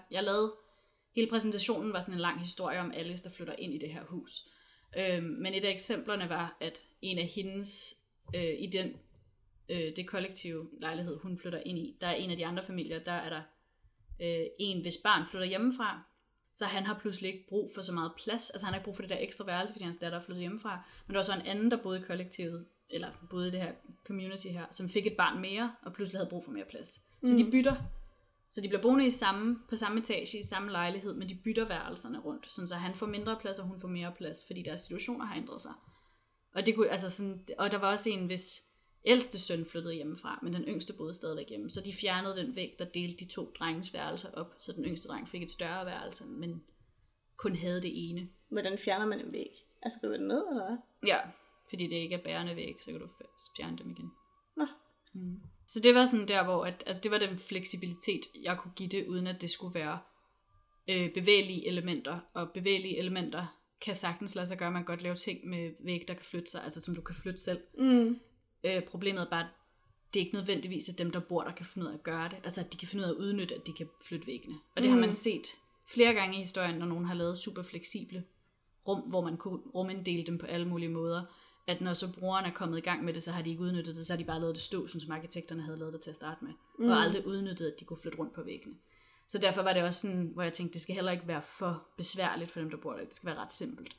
hele præsentationen var sådan en lang historie om Alice, der flytter ind i det her hus. Men et af eksemplerne var, at en af hendes, i det kollektive lejlighed, hun flytter ind i, der er en af de andre familier, der er der en, hvis barn flytter hjemmefra, så han har pludselig ikke brug for så meget plads, altså han har ikke brug for det der ekstra værelse, fordi hans datter er flyttet hjemmefra, men der var så en anden, der boede i kollektivet, eller boede i det her community her, som fik et barn mere, og pludselig havde brug for mere plads. Så de bytter. Så de bliver boende på samme etage, i samme lejlighed, men de bytter værelserne rundt, så han får mindre plads, og hun får mere plads, fordi deres situationer har ændret sig. Og det kunne, og der var også en, hvis ældste søn flyttede hjemmefra, men den yngste boede stadigvæk hjemme, så de fjernede den væg, der delte de 2 drenges værelser op, så den yngste dreng fik et større værelse, men kun havde det ene. Hvordan fjerner man en væg? Altså river den ned, eller hvad? Ja, fordi det ikke er bærende væg, så kan du fjerne dem igen. Nå. Så det var sådan der, hvor det var den fleksibilitet, jeg kunne give det, uden at det skulle være bevægelige elementer. Og bevægelige elementer kan sagtens lade sig gøre, man kan godt lave ting med væg, der kan flytte sig, altså som du kan flytte selv. Problemet er bare, at det er ikke nødvendigvis at dem, der bor der, kan finde ud af at gøre det. Altså at de kan finde ud af at udnytte, at de kan flytte væggene. Og det har man set flere gange i historien, når nogen har lavet super fleksible rum, hvor man kunne ruminddele dem på alle mulige måder. At når så brugeren er kommet i gang med det, så har de ikke udnyttet det, så har de bare lavet det stå, som arkitekterne havde lavet det til at starte med. Og aldrig udnyttet, at de kunne flytte rundt på væggene. Så derfor var det også sådan, hvor jeg tænkte, det skal heller ikke være for besværligt for dem, der bor der. Det skal være ret simpelt.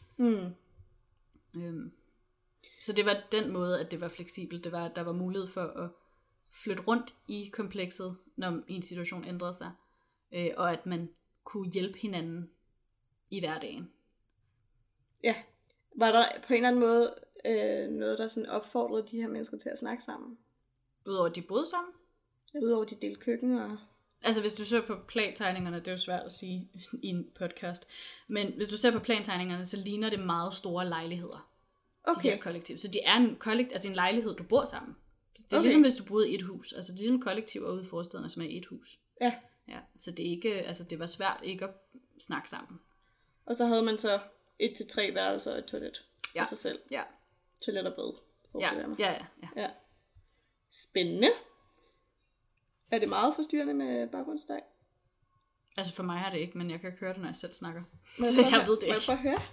Så det var den måde, at det var fleksibelt. Det var, at der var mulighed for at flytte rundt i komplekset, når en situation ændrede sig. Og at man kunne hjælpe hinanden i hverdagen. Ja. Var der på en eller anden måde noget, der sådan opfordrede de her mennesker til at snakke sammen? Udover at de boede sammen? Udover de delte køkken og... Altså hvis du ser på plantegningerne, det er jo svært at sige i en podcast, men hvis du ser på plantegningerne, så ligner det meget store lejligheder. Okay. De her kollektiv. Så det er en lejlighed, du bor sammen. Det er ligesom hvis du boede i et hus. Altså det er ligesom kollektiver ude i forstederne, som er i et hus. Ja. Ja. Så det er ikke, altså det var svært ikke at snakke sammen. Og så havde man så 1-3 værelser og et toilet for sig selv. Ja. Toilet og bad. Ja. Spændende. Er det meget forstyrrende med baggrundsstøj? Altså for mig er det ikke, men jeg kan høre det, når jeg selv snakker. Så jeg ved det ikke. Må jeg prøve at høre?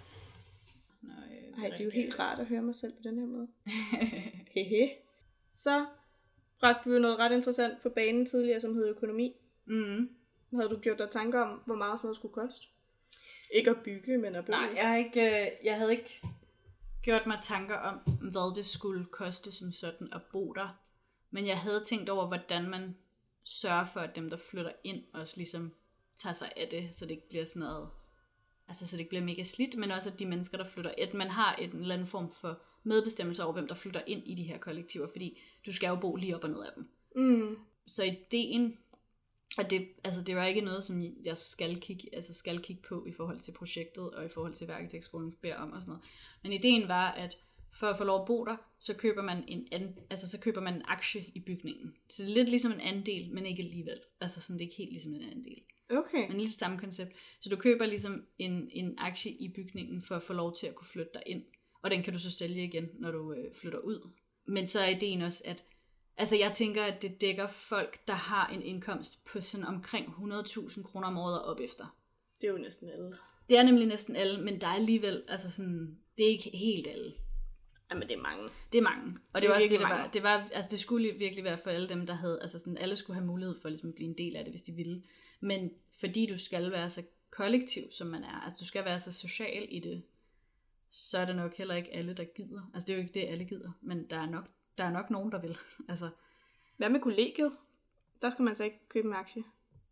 Nej, det er jo helt rart at høre mig selv på den her måde. Hehe. Så bragte vi jo noget ret interessant på banen tidligere, som hed økonomi. Havde du gjort dig tanker om, hvor meget sådan noget skulle koste? Ikke at bygge, men at bo? Nej, jeg havde ikke gjort mig tanker om, hvad det skulle koste som sådan at bo der. Men jeg havde tænkt over, hvordan man sørger for, at dem, der flytter ind, også ligesom tager sig af det, så det ikke bliver sådan noget, altså så det ikke bliver mega slidt, men også at de mennesker, der flytter ind, man har en eller anden form for medbestemmelse over, hvem der flytter ind i de her kollektiver, fordi du skal jo bo lige op og ned af dem. Så ideen, og det var ikke noget, som jeg skal kigge på i forhold til projektet, og i forhold til, hvad arkitektskolen beder om og sådan noget. Men ideen var, at for at få lov at bo der, så køber man en aktie i bygningen. Så det er lidt ligesom en andel, men ikke alligevel. Altså sådan, det er ikke helt ligesom en andel. Okay. Men lidt samme koncept. Så du køber ligesom en aktie i bygningen, for at få lov til at kunne flytte dig ind. Og den kan du så sælge igen, når du flytter ud. Men så er ideen også, at altså jeg tænker, at det dækker folk, der har en indkomst på sådan omkring 100.000 kroner om året og op efter. Det er jo næsten alle. Det er nemlig næsten alle, men der er alligevel, altså sådan, det er ikke helt alle. Jamen det er mange. Det er mange. Og det var også det var. Altså det skulle virkelig være for alle dem, der havde, altså sådan, alle skulle have mulighed for ligesom at blive en del af det, hvis de ville. Men fordi du skal være så kollektiv, som man er, altså du skal være så social i det, så er det nok heller ikke alle, der gider. Altså det er jo ikke det, alle gider, men der er nok nogen, der vil. Altså. Hvad med kollegiet? Der skal man så ikke købe en aktie?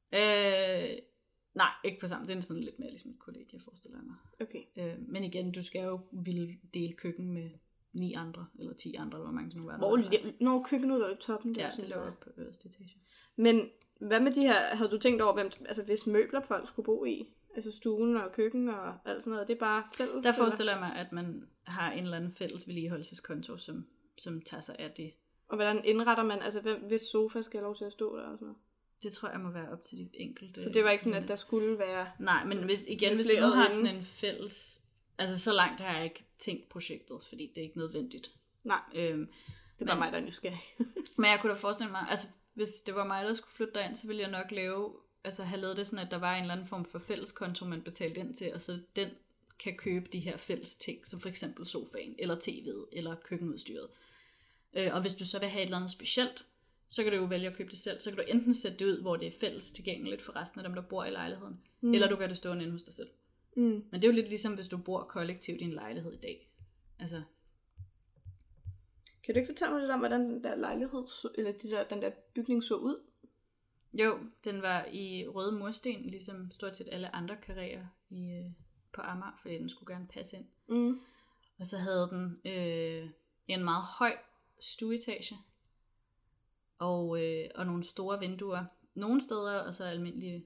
Nej, ikke på samme. Det er sådan lidt mere ligesom et kollegie, forestiller jeg mig. Okay. Men igen, du skal jo ville dele køkken med 9 andre, eller 10 andre, eller hvor mange det nu var. Når køkkenet var i toppen. Ja, det lå op på øverste etage. Men hvad med de her, havde du tænkt over, hvis møbler folk skulle bo i? Altså stuen og køkken og alt sådan noget, det er bare fælles? Der forestiller jeg mig, at man har en eller anden fælles vedligeholdelseskonto, som tager sig af det. Og hvordan indretter man, altså hvis sofa skal have lov til at stå der og sådan noget? Det tror jeg må være op til de enkelte. Så det var ikke sådan, at der skulle være... Nej, men hvis du nu har sådan en fælles... Altså så langt har jeg ikke tænkt projektet, fordi det er ikke nødvendigt. Nej, det er bare mig, der er nysgerrig. Men jeg kunne da forestille mig, altså hvis det var mig, der skulle flytte derind, så ville jeg nok have lavet det sådan, at der var en eller anden form for fælleskonto, man betalte ind til, og så den kan købe de her fælles ting, som for eksempel sofaen, eller tv'et, eller køkkenudstyret. Og hvis du så vil have et eller andet specielt, så kan du jo vælge at købe det selv. Så kan du enten sætte det ud, hvor det er fælles tilgængeligt for resten af dem, der bor i lejligheden, eller du kan det stående inde hos dig selv. Men det er jo lidt ligesom, hvis du bor kollektivt i en lejlighed i dag. Altså. Kan du ikke fortælle mig lidt om, hvordan den der lejlighed, eller den der bygning så ud? Jo, den var i røde mursten, ligesom stort set alle andre karrierer på Amager, fordi den skulle gerne passe ind. Og så havde den en meget høj stueetage, og nogle store vinduer. Nogle steder, og så almindelige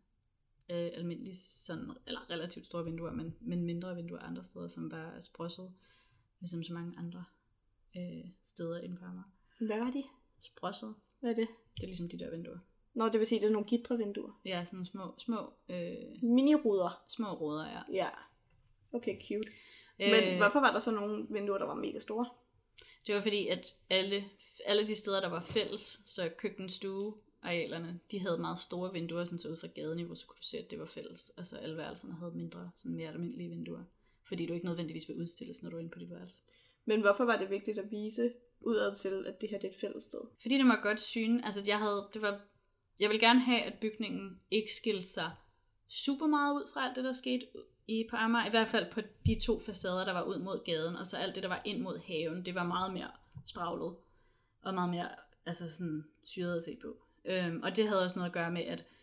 sådan, eller relativt store vinduer, men mindre vinduer andre steder, som var sprosset, ligesom så mange andre steder inden på Amager. Hvad var de? Sprosset. Hvad er det? Det er ligesom de der vinduer. Nå, det vil sige, det er nogle gitrevinduer. Ja, sådan nogle små mini-ruder. Små ruder, ja. Ja. Okay, cute. Men hvorfor var der så nogle vinduer, der var mega store? Det var fordi, at alle de steder, der var fælles, så køkken-stue-arealerne, de havde meget store vinduer, sådan så ud fra gadeniveau, så kunne du se, at det var fælles. Og så alle værelserne havde mindre, sådan mere almindelige vinduer. Fordi du ikke nødvendigvis vil udstilles, når du er inde på dit værelse. Men hvorfor var det vigtigt at vise udad til, at det her det er et fælles sted? Fordi det var godt syne. Altså, jeg ville gerne have, at bygningen ikke skilte sig super meget ud fra alt det, der skete på Amager. I hvert fald på de 2 facader, der var ud mod gaden, og så alt det, der var ind mod haven, det var meget mere spraglet. Og meget mere sådan syret at se på. Og det havde også noget at gøre med, at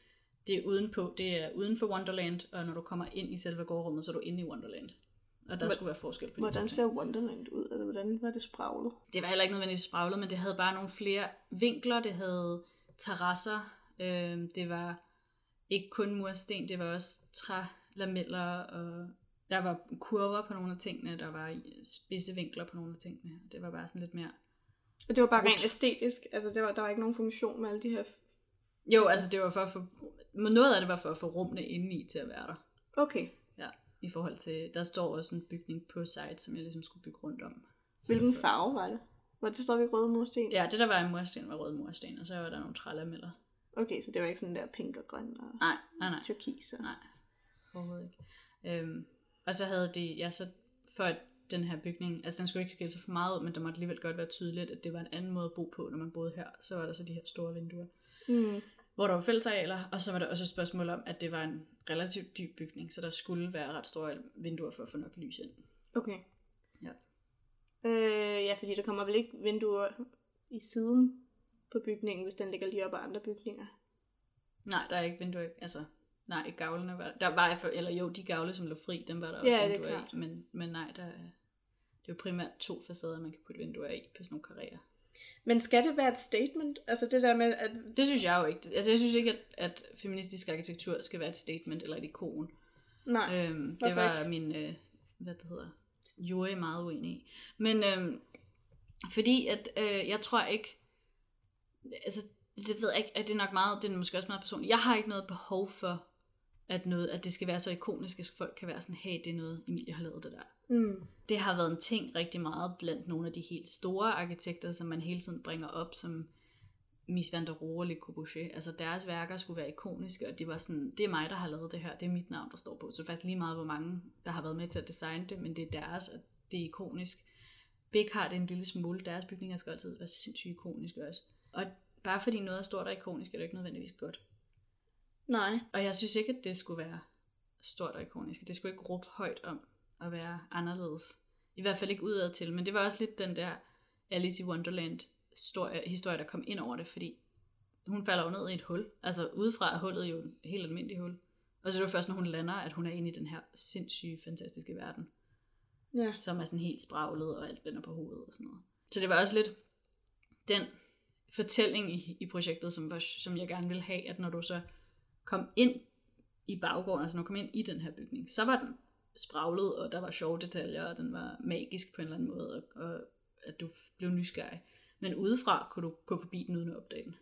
det er udenpå, det er uden for Wonderland, og når du kommer ind i selve gårdrummet, så er du inde i Wonderland. Og der skulle være forskel på de Hvordan ser Wonderland ud? Altså, hvordan var det spraglet? Det var heller ikke nødvendigt spraglet, men det havde bare nogle flere vinkler, det havde terrasser, det var ikke kun mursten, det var også trælameller, og der var kurver på nogle af tingene, der var spidse vinkler på nogle af tingene. Det var bare sådan lidt mere... Og det var bare rent æstetisk? Altså, der var ikke nogen funktion med alle de her... Jo, altså det var for at få... Noget af det var for at få rummene indeni til at være der. Okay. Ja, i forhold til... Der står også en bygning på site, som jeg ligesom skulle bygge rundt om. Hvilken farve var det? Var det stadigvæk røde mursten? Ja, det der var en mursten var røde mursten, og så var der nogle trælameller. Okay, så det var ikke sådan der pink og grøn og nej. turkis? Nej, overhovedet ikke. Og så havde de, så for at den her bygning, altså den skulle ikke skille sig for meget ud, men der måtte alligevel godt være tydeligt, at det var en anden måde at bo på, når man boede her. Så var der så de her store vinduer, hvor der var fællesarealer, og så var der også et spørgsmål om, at det var en relativt dyb bygning, så der skulle være ret store vinduer for at få nok lys ind. Okay. Ja. Ja, fordi der kommer vel ikke vinduer i siden på bygningen, hvis den ligger lige op ad andre bygninger? Nej, der er ikke vinduer, altså... Nej, gavlene var der var eller jo, de gavle, som lå fri, dem var der også vinduer i, men nej, det er jo primært 2 facader, man kan putte vinduer i på sådan nogle karrierer. Men skal det være et statement? Altså det der med, at... Det synes jeg jo ikke. Altså jeg synes ikke, at feministisk arkitektur skal være et statement eller et ikon. Nej, det var min, jury meget uenig i. Men fordi at jeg tror ikke, altså det ved jeg ikke, at det er nok meget, det er måske også meget personligt. Jeg har ikke noget behov for, at det skal være så ikonisk, at folk kan være sådan, hey, det er noget, Emilie har lavet det der. Det har været en ting rigtig meget blandt nogle af de helt store arkitekter, som man hele tiden bringer op, som Mies van der Rohe og Le Corbusier. Altså deres værker skulle være ikoniske, og det var sådan, det er mig, der har lavet det her, det er mit navn, der står på. Så faktisk lige meget, hvor mange, der har været med til at designe det, men det er deres, og det er ikonisk. Big har det en lille smule, deres bygninger skal altid være sindssygt ikoniske også. Og bare fordi noget er stort og ikonisk, er det ikke nødvendigvis godt. Nej. Og jeg synes ikke, at det skulle være stort og ikonisk. Det skulle ikke råbe højt om at være anderledes. I hvert fald ikke udad til. Men det var også lidt den der Alice i Wonderland historie, der kom ind over det. Fordi hun falder jo ned i et hul. Altså udefra er hullet jo et helt almindeligt hul. Og så er det jo først, når hun lander, at hun er inde i den her sindssyge, fantastiske verden. Ja. Som er sådan helt spraglet, og alt vender på hovedet og sådan noget. Så det var også lidt den fortælling i projektet, som jeg gerne ville have, at når du så kom ind i baggården, altså når du kom ind i den her bygning, så var den spraglet, og der var sjove detaljer, og den var magisk på en eller anden måde, og at du blev nysgerrig. Men udefra kunne du gå forbi den uden at opdage den.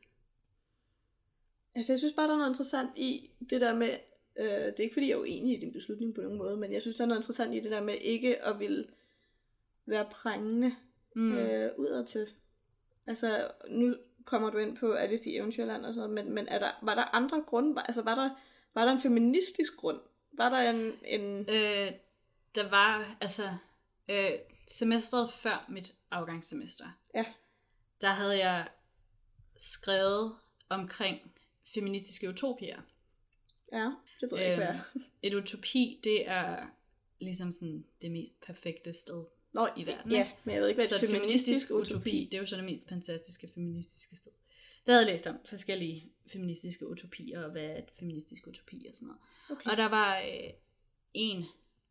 Altså jeg synes bare, der er noget interessant i det der med, det er ikke fordi jeg er uenig i din beslutning på nogen måde, men jeg synes, der er noget interessant i det der med ikke at ville være prængende udadtil. Altså nu kommer du ind på Alice i Eventyrland og sådan noget, men var der andre grunde? Altså var der en feministisk grund? Var der en... Der var, altså semesteret før mit afgangssemester, der havde jeg skrevet omkring feministiske utopier. Ja, det ved jeg ikke, hvad et utopi, det er ligesom sådan det mest perfekte sted i verden. Ja, men jeg ved ikke, hvad så et feministisk utopi, det er jo så det mest fantastiske feministiske sted. Der havde jeg læst om forskellige feministiske utopier, og hvad er et feministisk utopi og sådan noget. Okay. Og der var en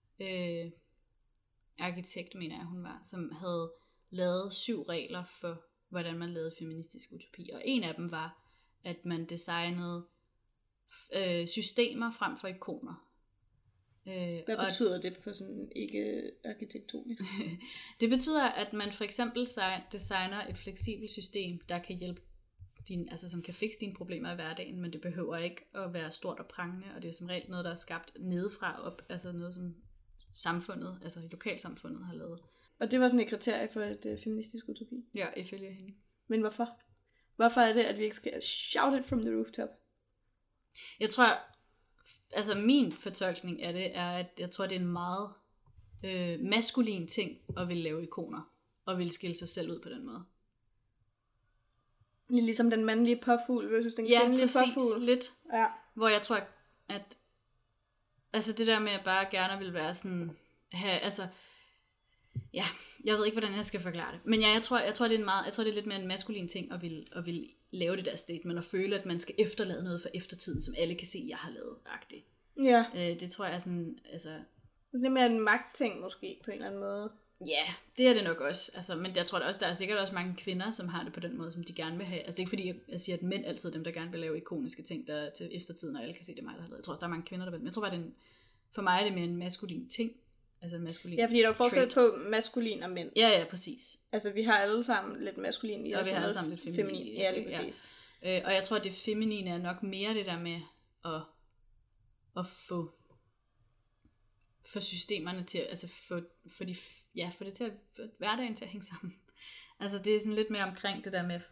arkitekt, mener jeg hun var, som havde lavet 7 regler for, hvordan man lavede feministisk utopi. Og en af dem var, at man designede systemer frem for ikoner. Hvad betyder det på sådan ikke arkitektonisk? Det betyder, at man for eksempel designer et fleksibelt system, der kan hjælpe altså som kan fikse dine problemer i hverdagen, men det behøver ikke at være stort og prangende, og det er som regel noget, der er skabt nedefra op, altså noget som samfundet, altså lokalsamfundet har lavet. Og det var sådan et kriterie for et feministisk utopi? Ja, ifølge hende. Men hvorfor? Hvorfor er det, at vi ikke skal shout it from the rooftop? Jeg tror, altså min fortolkning af det er, at jeg tror, det er en meget maskulin ting at ville lave ikoner, og ville skille sig selv ud på den måde. Ligesom den mandlige påfugl versus den kvindelige påfugl. Ja, præcis, lidt. Ja. Hvor jeg tror, at altså det der med at bare gerne vil være sådan, altså Ja, jeg ved ikke, hvordan jeg skal forklare det. Men ja, jeg tror, det er lidt mere en maskulin ting at vil lave det der statement og føle, at man skal efterlade noget for eftertiden, som alle kan se, jeg har lavet-agtigt. Ja. Det tror jeg er sådan, altså... Det er mere en magtting måske, på en eller anden måde. Ja, det er det nok også. Altså, men jeg tror da også, der er sikkert også mange kvinder, som har det på den måde, som de gerne vil have. Altså det er ikke fordi, jeg siger, at mænd altid er dem, der gerne vil lave ikoniske ting der til eftertiden, og alle kan se, det er mig, der har lavet. Jeg tror også, der er mange kvinder, der vil. Men jeg tror bare, for mig er det mere en maskulin ting. Altså maskulin. Ja, fordi der er jo forskel på maskulin og mænd. Ja, præcis. Altså vi har alle sammen lidt maskulin i os. Og vi har alle sammen lidt feminin. Ja, lige præcis. Ja. Og jeg tror, at det feminine er nok mere det der med at få systemerne til, altså få det til at få hverdagen til at hænge sammen. Altså det er sådan lidt mere omkring det der med at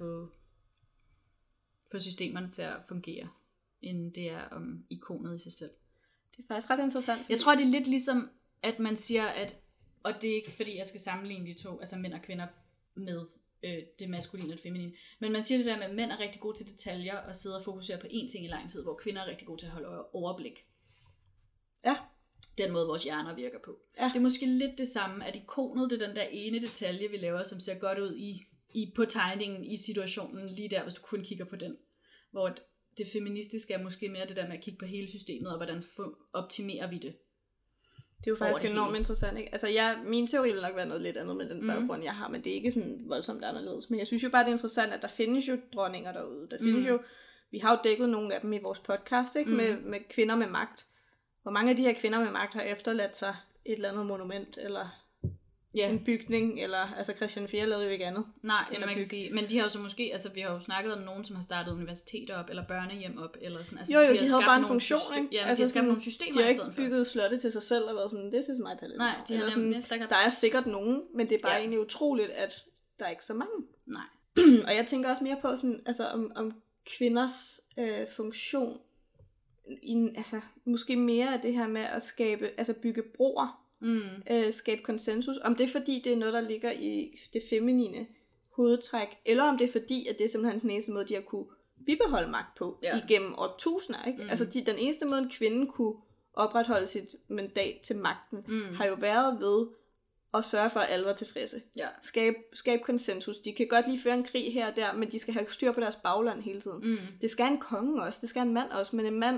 få systemerne til at fungere, end det er om ikonet i sig selv. Det er faktisk ret interessant. Jeg tror, det er lidt ligesom, at man siger, at, og det er ikke fordi, jeg skal sammenligne de to, altså mænd og kvinder med det maskuline og det feminine, men man siger det der med, at mænd er rigtig gode til detaljer og sidder og fokuserer på én ting i lang tid, hvor kvinder er rigtig gode til at holde overblik. Ja. Den måde, vores hjerner virker på. Ja. Det er måske lidt det samme, at ikonet, det er den der ene detalje, vi laver, som ser godt ud på tegningen, i situationen, lige der, hvis du kun kigger på den. Hvor det feministiske er måske mere det der med at kigge på hele systemet, og hvordan optimerer vi det. Det er jo faktisk enormt interessant, ikke? Altså min teori vil nok være noget lidt andet med den baggrund, jeg har, men det er ikke sådan voldsomt anderledes. Men jeg synes jo bare, det er interessant, at der findes jo dronninger derude. Der findes jo, vi har jo dækket nogle af dem i vores podcast, ikke? Med kvinder med magt. Hvor mange af de her kvinder med magt har efterladt sig et eller andet monument, eller en bygning, eller altså Christian 4 lavede jo ikke andet. Nej, man kan sige, men de har jo så måske, altså vi har jo snakket om nogen, som har startet universiteter op, eller børnehjem op, eller sådan. Altså, jo, de havde bare en funktion, ikke? Ja, altså, de har skabt nogle systemer i stedet for. De har ikke bygget slotte til sig selv, og været sådan, this is my palace. Nej, de har sådan, der er sikkert nogen, men det er bare egentlig utroligt, at der er ikke så mange. Nej. Og jeg tænker også mere på sådan, altså om kvinders funktion, altså måske mere af det her med at bygge broer, skabe konsensus, om det er fordi det er noget der ligger i det feminine hovedtræk, eller om det er fordi at det er simpelthen den eneste måde de har kunne bibeholde magt på igennem årtusinder, ikke? Altså den eneste måde en kvinde kunne opretholde sit mandat til magten har jo været ved at sørge for at alle var tilfredse. Skabe konsensus. De kan godt lige føre en krig her og der, men de skal have styr på deres bagland hele tiden. Det skal en konge også, det skal en mand også, men en mand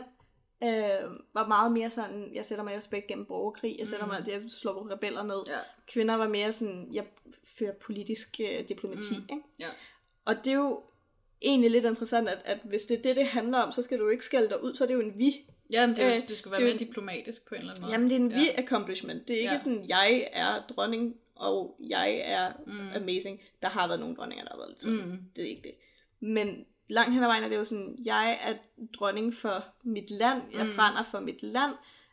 var meget mere sådan, jeg sætter mig i respekt gennem borgerkrig, jeg sætter mig, jeg slår rebeller ned. Kvinder var mere sådan, jeg fører politisk diplomati. Ikke? Ja. Og det er jo egentlig lidt interessant, at hvis det er det handler om, så skal du jo ikke skælde dig ud, så er det jo en vi. Jamen, det skulle være mere diplomatisk på en eller anden måde. Jamen, det er en vi-accomplishment. Det er ikke sådan, jeg er dronning, og jeg er amazing. Der har været nogle dronninger, der har været lidt sådan. Det er ikke det. Men langt hen ad vejen er det jo sådan, jeg er dronning for mit land, jeg brænder for mit land,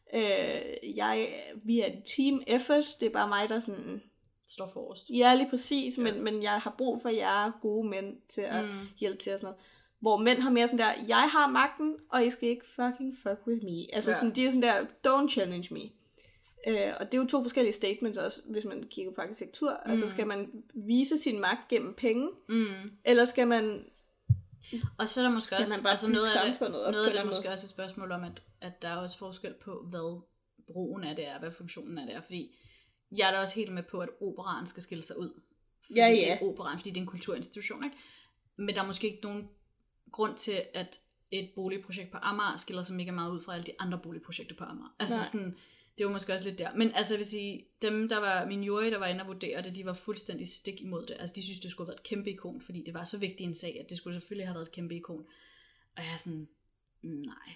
vi er et team effort, det er bare mig, der sådan står forrest. Ja, lige præcis, men jeg har brug for jer gode mænd til at hjælpe til og sådan noget. Hvor mænd har mere sådan der, jeg har magten, og I skal ikke fuck with me. Altså sådan, de er sådan der, don't challenge me. Og det er jo to forskellige statements også, hvis man kigger på arkitektur. Altså skal man vise sin magt gennem penge, eller skal man... Og så er der måske også altså noget af det måske også et spørgsmål om, at der er også forskel på, hvad brugen af det er, hvad funktionen af det er. Fordi jeg er da også helt med på, at operaen skal skille sig ud. Fordi det er operaen, fordi det er en kulturinstitution, ikke? Men der er måske ikke nogen grund til, at et boligprojekt på Amager skiller sig mega meget ud fra alle de andre boligprojekter på Amager. Altså sådan, det var måske også lidt der. Men altså jeg vil sige, dem der var, min jury, der var inde og vurdere det, de var fuldstændig stik imod det. Altså de synes, det skulle have været et kæmpe ikon, fordi det var så vigtig en sag, at det skulle selvfølgelig have været et kæmpe ikon. Og jeg er sådan, nej.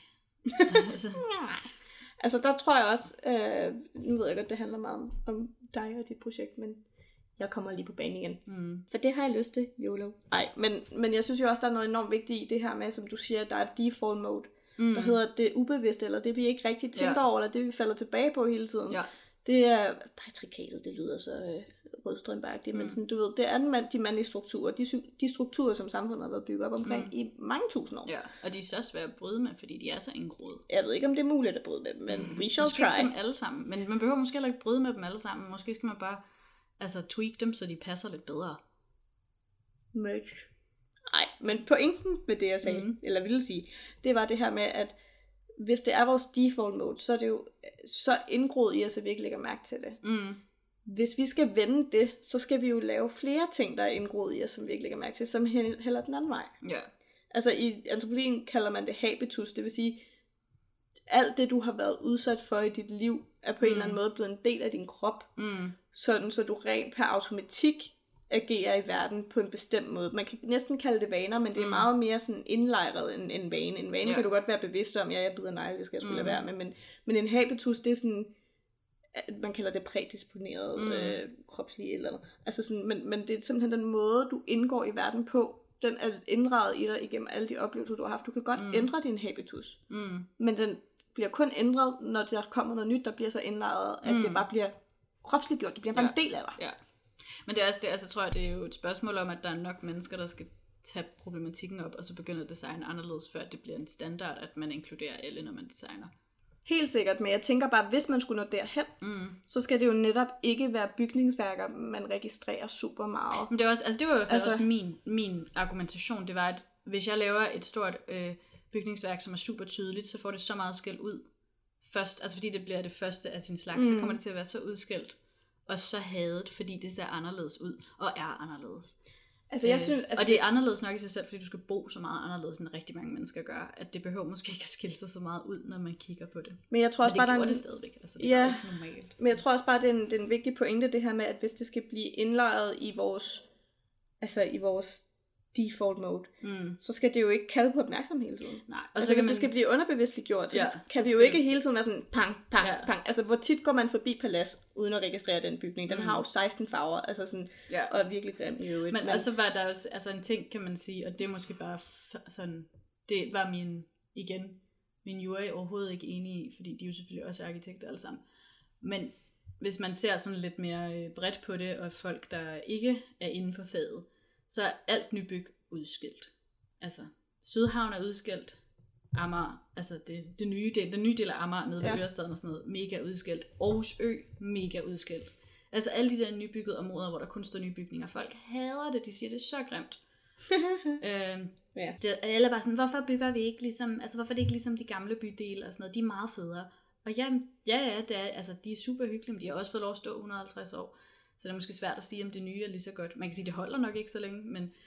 Altså der tror jeg også, nu ved jeg godt, det handler meget om dig og dit projekt, men jeg kommer lige på banen igen. For det har jeg lyst til, YOLO. Nej, men jeg synes jo også, der er noget enormt vigtigt i det her med, som du siger, der er default mode, der hedder det ubevidste, eller det vi ikke rigtig tænker over, eller det vi falder tilbage på hele tiden. Ja. Det er patriarkatet, det lyder så rødstrømpeagtigt, men sådan, du ved, det er de mandlige strukturer, de strukturer, som samfundet har været bygget op omkring i mange tusind år. Ja, og de er så svære at bryde med, fordi de er så indgroede. Jeg ved ikke, om det er muligt at bryde med dem, men we shall try. Måske dem alle sammen, men man behøver måske heller ikke bryde med dem alle sammen. Måske skal man bare tweak dem, så de passer lidt bedre. Merge. Nej, men pointen med det, jeg sagde, eller ville sige, det var det her med, at hvis det er vores default mode, så er det jo så indgroet i os, at vi ikke lægger mærke til det. hvis vi skal vende det, så skal vi jo lave flere ting, der er indgroet i os, som vi ikke lægger mærke til, som heller den anden vej. Ja. Altså i antropologien kalder man det habitus, det vil sige, alt det, du har været udsat for i dit liv, er på en eller anden måde blevet en del af din krop, sådan så du rent per automatik agerer i verden på en bestemt måde. Man kan næsten kalde det vaner, men det er meget mere sådan indlejret end en vane. En vane kan du godt være bevidst om, jeg bider negle, det skal jeg skulle lade være med, men en habitus, det er sådan, man kalder det prædisponeret kropslige eller noget. Altså sådan, men det er simpelthen den måde, du indgår i verden på, den er indrettet i dig igennem alle de oplevelser, du har haft. Du kan godt ændre din habitus, men den bliver kun ændret, når der kommer noget nyt, der bliver så indlejret, at det bare bliver kropsligt gjort. Det bliver bare en del af dig. Ja. Men det er også det, altså tror jeg, det er jo et spørgsmål om, at der er nok mennesker, der skal tage problematikken op, og så begynde at designe anderledes, før det bliver en standard, at man inkluderer alle, når man designer. Helt sikkert, men jeg tænker bare, hvis man skulle nå derhen, så skal det jo netop ikke være bygningsværker, man registrerer super meget. Men det, det var i hvert fald også min argumentation, det var, at hvis jeg laver et stort bygningsværk, som er super tydeligt, så får det så meget skæld ud først, altså fordi det bliver det første af sin slags, så kommer det til at være så udskældt, og så hadet, fordi det ser anderledes ud, og er anderledes. Altså, jeg synes, og det er anderledes nok i sig selv, fordi du skal bo så meget anderledes, end rigtig mange mennesker gør, at det behøver måske ikke at skille sig så meget ud, når man kigger på det. Men jeg tror også bare, det stadigvæk. Altså, det er ikke normalt. Men jeg tror også bare, det er en vigtig pointe, det her med, at hvis det skal blive indlejret i vores default mode, så skal det jo ikke kalde på opmærksomhed hele tiden. Nej. Og så hvis det skal blive underbevidstligt gjort, så kan vi jo ikke hele tiden være sådan pang. Altså hvor tit går man forbi Palads uden at registrere den bygning. Den har jo 16 farver, altså sådan, og er virkelig grim i øvrigt. Men også var der også altså en ting, kan man sige, og det er måske bare sådan, det var min jury overhovedet ikke enig i, fordi de er jo selvfølgelig også arkitekter alle sammen. Men hvis man ser sådan lidt mere bredt på det, og folk, der ikke er inden for faget, så er alt nybyg udskilt. Altså, Sydhavn er udskilt, Amager, altså den nye del af Amager nede ved Ørestaden og sådan noget, mega udskilt. Aarhus Ø, mega udskilt. Altså alle de der nybyggede områder, hvor der kun står nye bygninger. Folk hader det, de siger, det er så grimt. Alle er bare sådan, hvorfor bygger vi ikke ligesom, altså hvorfor er det ikke ligesom de gamle bydele og sådan noget, de er meget federe. Og det er, altså de er super hyggelige, men de har også fået lov at stå 150 år. Så det er måske svært at sige, om det nye er lige så godt. Man kan sige, det holder nok ikke så længe,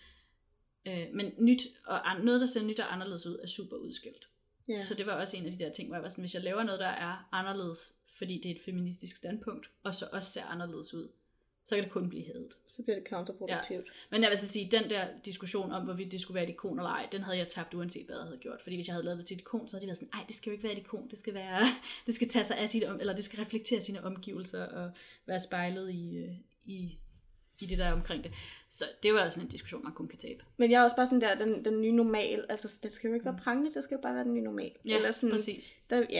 men nyt og noget, der ser nyt og anderledes ud, er super udskilt. Yeah. Så det var også en af de der ting, hvor jeg var sådan, hvis jeg laver noget, der er anderledes, fordi det er et feministisk standpunkt, og så også ser anderledes ud, så kan det kun blive hadet. Så bliver det counterproduktivt. Ja. Men jeg vil så sige, den der diskussion om, hvorvidt det skulle være et ikon eller ej, den havde jeg tabt uanset, hvad jeg havde gjort. Fordi hvis jeg havde lavet det til et ikon, så havde de været sådan, ej, det skal jo ikke være et ikon, det skal tage sig af eller det skal reflektere sine omgivelser og være spejlet i det der omkring det. Så det var sådan en diskussion, man kun kan tabe. Men jeg er også bare sådan der, den nye normal, altså det skal jo ikke være prangende, det skal jo bare være den nye normal. Ja, eller sådan, præcis.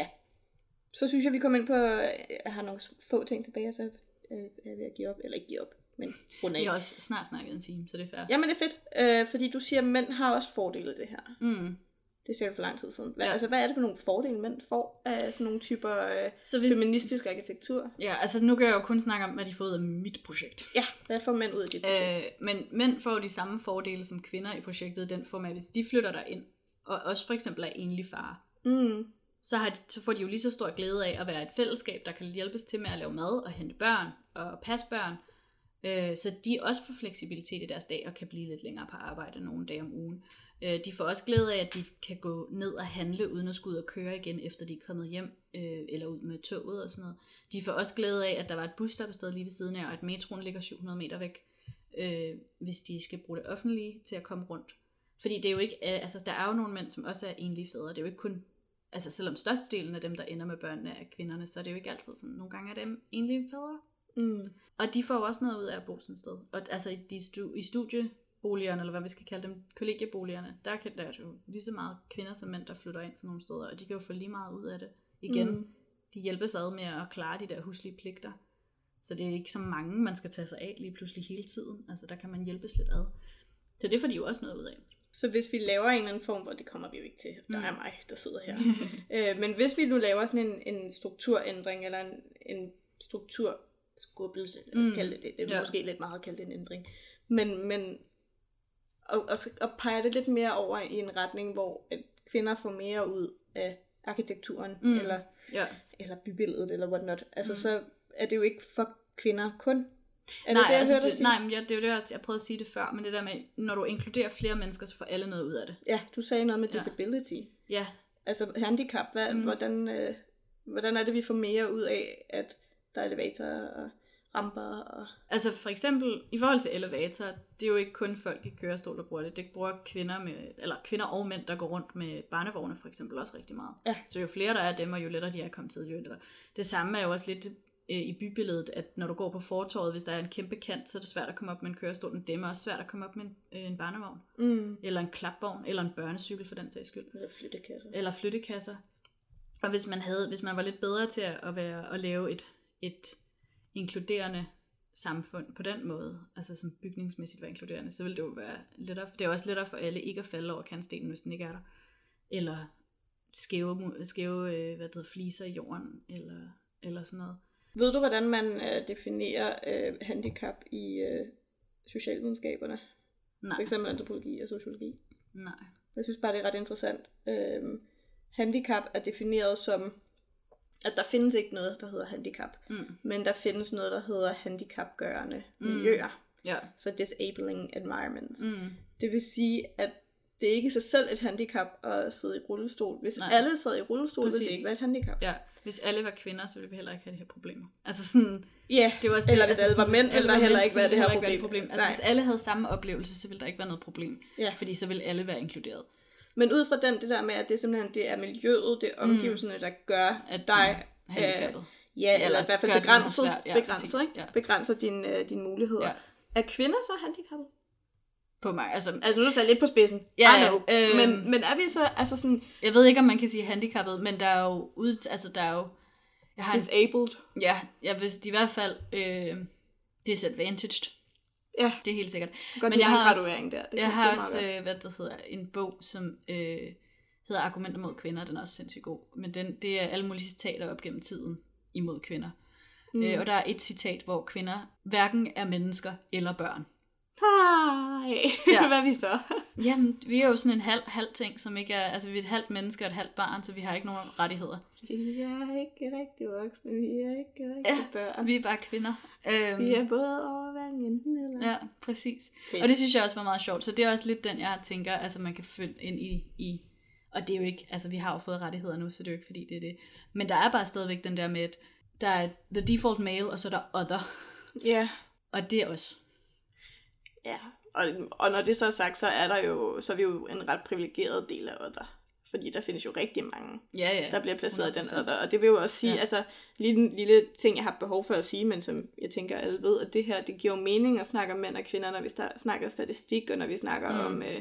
Så synes jeg, vi kommer ind på, jeg har nogle få ting tilbage, så jeg er ved at give op, eller ikke give op, men runde af. Vi har også snart snakket en time, så det er fair. Jamen det er fedt, fordi du siger, at mænd har også fordele af det her. Det ser du for lang tid siden. Hvad er det for nogle fordele, mænd får af sådan nogle typer feministisk arkitektur? Ja, altså nu kan jeg jo kun snakke om, hvad de får ud af mit projekt. Ja, hvad får mænd ud af dit projekt? Men mænd får de samme fordele som kvinder i projektet, den form af, hvis de flytter derind, og også for eksempel er enlig far, så får de jo lige så stor glæde af at være et fællesskab, der kan hjælpes til med at lave mad og hente børn og passe børn. Så de også får fleksibilitet i deres dag og kan blive lidt længere på arbejde nogle dage om ugen. De får også glæde af, at de kan gå ned og handle, uden at skulle ud og køre igen, efter de er kommet hjem, eller ud med toget og sådan noget. De får også glæde af, at der var et busstoppested lige ved siden af, og at metroen ligger 700 meter væk, hvis de skal bruge det offentlige til at komme rundt. Fordi det er jo ikke, altså der er jo nogle mænd, som også er enlige fædre. Det er jo ikke kun, altså selvom størstedelen af dem, der ender med børnene, er kvinderne, så er det jo ikke altid sådan, nogle gange er dem enlige fædre. Og de får jo også noget ud af at bo sådan et sted. Og altså i studieboligerne, eller hvad vi skal kalde dem, kollegieboligerne, der er jo lige så meget kvinder som mænd, der flytter ind til nogle steder, og de kan jo få lige meget ud af det. Igen, de hjælpes ad med at klare de der huslige pligter. Så det er ikke så mange, man skal tage sig af lige pludselig hele tiden. Altså der kan man hjælpes lidt ad. Så det får de jo også noget ud af. Så hvis vi laver en eller anden form, hvor det kommer vi jo ikke til, der er mig, der sidder her. Men hvis vi nu laver sådan en strukturændring, eller en strukturskubbelse, lad os kalde det. Det er måske lidt meget at kalde det en ændring. Men og peger det lidt mere over i en retning, hvor kvinder får mere ud af arkitekturen, eller bybilledet, eller whatnot. Altså så er det jo ikke for kvinder kun. Nej, det, jeg hørte dig sige? Nej, men det er jo det, jeg prøvede at sige det før, men det der med, når du inkluderer flere mennesker, så får alle noget ud af det. Ja, du sagde noget med disability. Ja. Altså handicap, hvordan er det, vi får mere ud af, at der er elevatorer og ramper? Og... Altså for eksempel, i forhold til elevatorer, det er jo ikke kun folk i kørestol, der bruger det. Det bruger kvinder og mænd, der går rundt med barnevogne for eksempel også rigtig meget. Ja. Så jo flere der er dem, og jo lettere de er at komme tidligt. Det samme er jo også lidt i bybilledet, at når du går på fortorvet, hvis der er en kæmpe kant, så er det svært at komme op med en kørestol. Men det er også svært at komme op med en barnevogn. Eller en klapvogn, eller en børnecykel for den sags skyld. Eller flyttekasser. Og hvis man var lidt bedre til at lave et inkluderende samfund på den måde, altså som bygningsmæssigt var inkluderende, så ville det jo være lettere. Det er også lettere for alle ikke at falde over kantstenen, hvis den ikke er der. Eller skæve fliser i jorden, eller sådan noget. Ved du, hvordan man definerer handicap i socialvidenskaberne? Nej. For eksempel antropologi og sociologi? Nej. Jeg synes bare, det er ret interessant. Handicap er defineret som, at der findes ikke noget, der hedder handicap. Men der findes noget, der hedder handicapgørende miljøer. Ja. Så disabling environments. Det vil sige, at det er ikke i sig selv et handicap at sidde i rullestol. Hvis alle sad i rullestol, ville det ikke være et handicap. Ja. Hvis alle var kvinder, så ville vi heller ikke have de her problemer. Altså sådan... Ja, det var også eller hvis alle var mænd, ville der heller ikke være det her problem. Altså hvis alle havde samme oplevelse, så ville der ikke være noget problem. Ja. Fordi så ville alle være inkluderet. Men ud fra det der med, at det simpelthen det er miljøet, det er omgivelserne, der gør, at dig... handicappet. Ja, eller i hvert fald begrænser dine muligheder. Ja. Er kvinder så handicappet? På mig. Altså nu er du lidt på spidsen. Ja, men er vi så altså sådan... Jeg ved ikke, om man kan sige handicappet, men der er jo... Jeg har disabled. Ja, jeg vil i hvert fald disadvantaged. Ja. Det er helt sikkert. Godt, men jeg har også, jeg har også en bog, som hedder Argumenter mod kvinder. Den er også sindssygt god. Men det er alle mulige citater op gennem tiden imod kvinder. Og der er et citat, hvor kvinder hverken er mennesker eller børn. Hvad er vi så? Jamen, vi er jo sådan en halv ting, som ikke er... Altså, vi er et halvt menneske og et halvt barn, så vi har ikke nogen rettigheder. Vi er ikke rigtig voksne, vi er ikke rigtig børn. Vi er bare kvinder. Vi er både overvældende enten eller... Ja, præcis. Okay. Og det synes jeg også var meget sjovt, så det er også lidt den, jeg tænker, altså man kan følge ind i... Og det er jo ikke... Altså, vi har jo fået rettigheder nu, så det er jo ikke, fordi det er det. Men der er bare stadigvæk den der med, at der er the default male, og så er der other. Ja. Yeah. Og det er også... Ja, og når det så er sagt, så er vi jo en ret privilegeret del af other. Fordi der findes jo rigtig mange, der bliver placeret i den other. Og det vil jo også sige, altså lille ting, jeg har behov for at sige, men som jeg tænker, alle ved, at det her, det giver jo mening at snakke om mænd og kvinder, når vi snakker statistik, og når vi snakker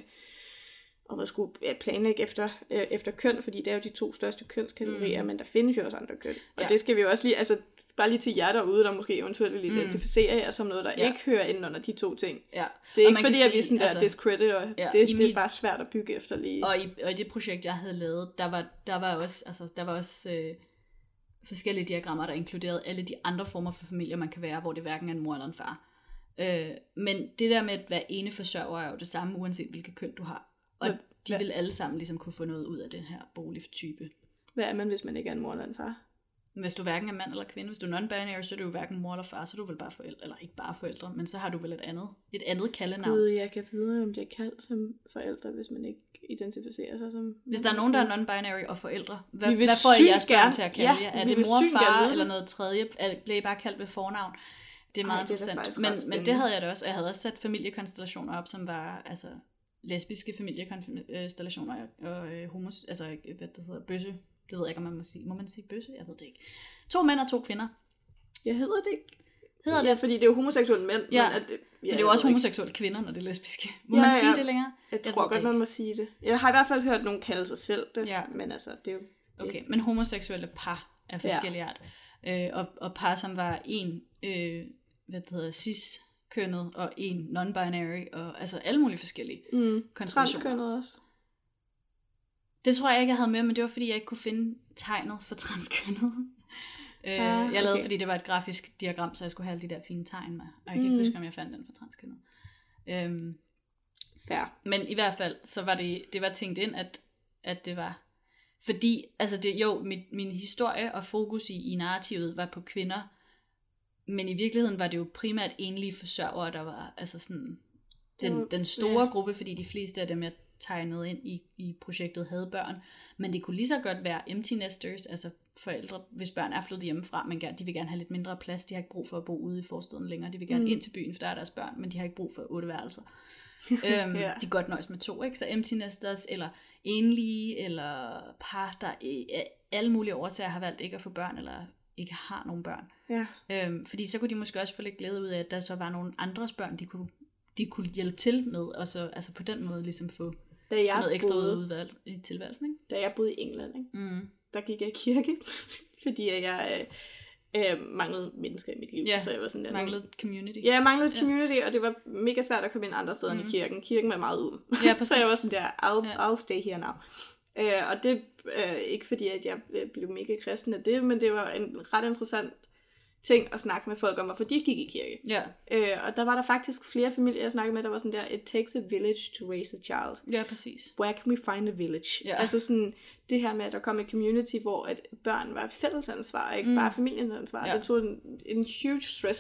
om at skulle planlægge efter køn, fordi det er jo de 2 største kønskategorier, men der findes jo også andre køn. Og det skal vi jo også lige, altså bare lige til jer derude, der måske eventuelt vil identificere jer som noget, der ikke hører ind under de 2 ting. Ja. Det er ikke fordi, at vi sådan der discredit, og det er bare svært at bygge efter lige. Og i det projekt, jeg havde lavet, der var også forskellige diagrammer, der inkluderede alle de andre former for familier, man kan være, hvor det hverken er en mor eller en far. Men det der med at være ene forsørger er jo det samme, uanset hvilket køn du har. Og de vil alle sammen ligesom kunne få noget ud af den her boligtype. Hvad er man, hvis man ikke er en mor eller en far? Hvis du hverken er mand eller kvinde, hvis du er non-binary, så er du jo hverken mor eller far, så er du vel bare forældre, eller ikke bare forældre, men så har du vel et andet kaldenavn. Gud, jeg kan vide, om det er kaldt som forældre, hvis man ikke identificerer sig som... Hvis der er nogen, der er non-binary og forældre, hvad får I jeres børn til at kalde jer? Er det mor, far eller noget tredje? Bliver I bare kaldt ved fornavn? Det er meget interessant. Men det havde jeg da også, og jeg havde også sat familiekonstellationer op, som var altså lesbiske familiekonstellationer og bøsse. Det ved jeg ikke, om man må sige. Må man sige bøsse? Jeg ved det ikke. 2 mænd og 2 kvinder. Jeg hedder det ikke. Hedder det? Fordi det er jo homoseksuelle mænd. Ja, men det er jo også homoseksuelle kvinder, når det er lesbiske. Må man sige det længere? Jeg tror godt, man må sige det. Jeg har i hvert fald hørt nogen kalde sig selv det. Ja. Men altså, det er jo... Okay, men homoseksuelle par af forskellige art. Og par, som var en cis-kønnet og en non-binary, og altså alle mulige forskellige konstellationer. Transkønnet også. Det tror jeg ikke, jeg havde med, men det var, fordi jeg ikke kunne finde tegnet for transkønnet. Jeg lavede, fordi det var et grafisk diagram, så jeg skulle have alle de der fine tegn med. Og jeg kan ikke huske, om jeg fandt den for transkønnet. Fair. Men i hvert fald, så var det var tænkt ind, at det var... Fordi, altså min historie og fokus i narrativet var på kvinder, Men i virkeligheden var det jo primært enlige forsørgere, der var altså sådan den store gruppe, fordi de fleste af dem, jeg tegnede ind i projektet, havde børn. Men det kunne lige så godt være empty nesters, altså forældre, hvis børn er flyttet hjemmefra, men de vil gerne have lidt mindre plads. De har ikke brug for at bo ude i forstaden længere. De vil gerne ind til byen, for der er deres børn, men de har ikke brug for 8 værelser. De kan godt nøjes med 2, ikke? Så empty nesters, eller enlige, eller par, der af alle mulige årsager har valgt ikke at få børn, eller ikke har nogen børn. Ja. Fordi så kunne de måske også få lidt glæde ud af, at der så var nogle andres børn, de kunne hjælpe til med, og så altså på den måde ligesom få noget ekstra ud i tilværelsen. Ikke? Da jeg boede i England, ikke? Der gik jeg i kirke, fordi jeg manglede mennesker i mit liv. Ja, så jeg var sådan der, manglede community. Ja, jeg manglede community, og det var mega svært at komme ind andre steder end i kirken. Kirken var meget Ja, så jeg var sådan der, I'll stay here now. Og det ikke fordi, at jeg blev mega kristen af det, men det var en ret interessant ting at snakke med folk om, hvorfor de gik i kirke. Ja. Og der var der faktisk flere familier, jeg snakkede med, der var sådan der, it takes a village to raise a child. Ja, præcis. Where can we find a village? Ja. Altså sådan, det her med, at der kom et community, hvor at børn var fælles ansvar, ikke bare familiens ansvar. Ja. Det tog en huge stress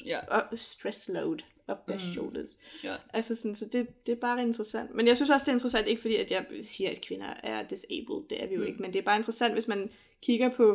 load of their shoulders. Ja. Altså sådan, så det er bare interessant. Men jeg synes også, det er interessant, ikke fordi, at jeg siger, at kvinder er disabled, det er vi jo ikke, men det er bare interessant, hvis man kigger på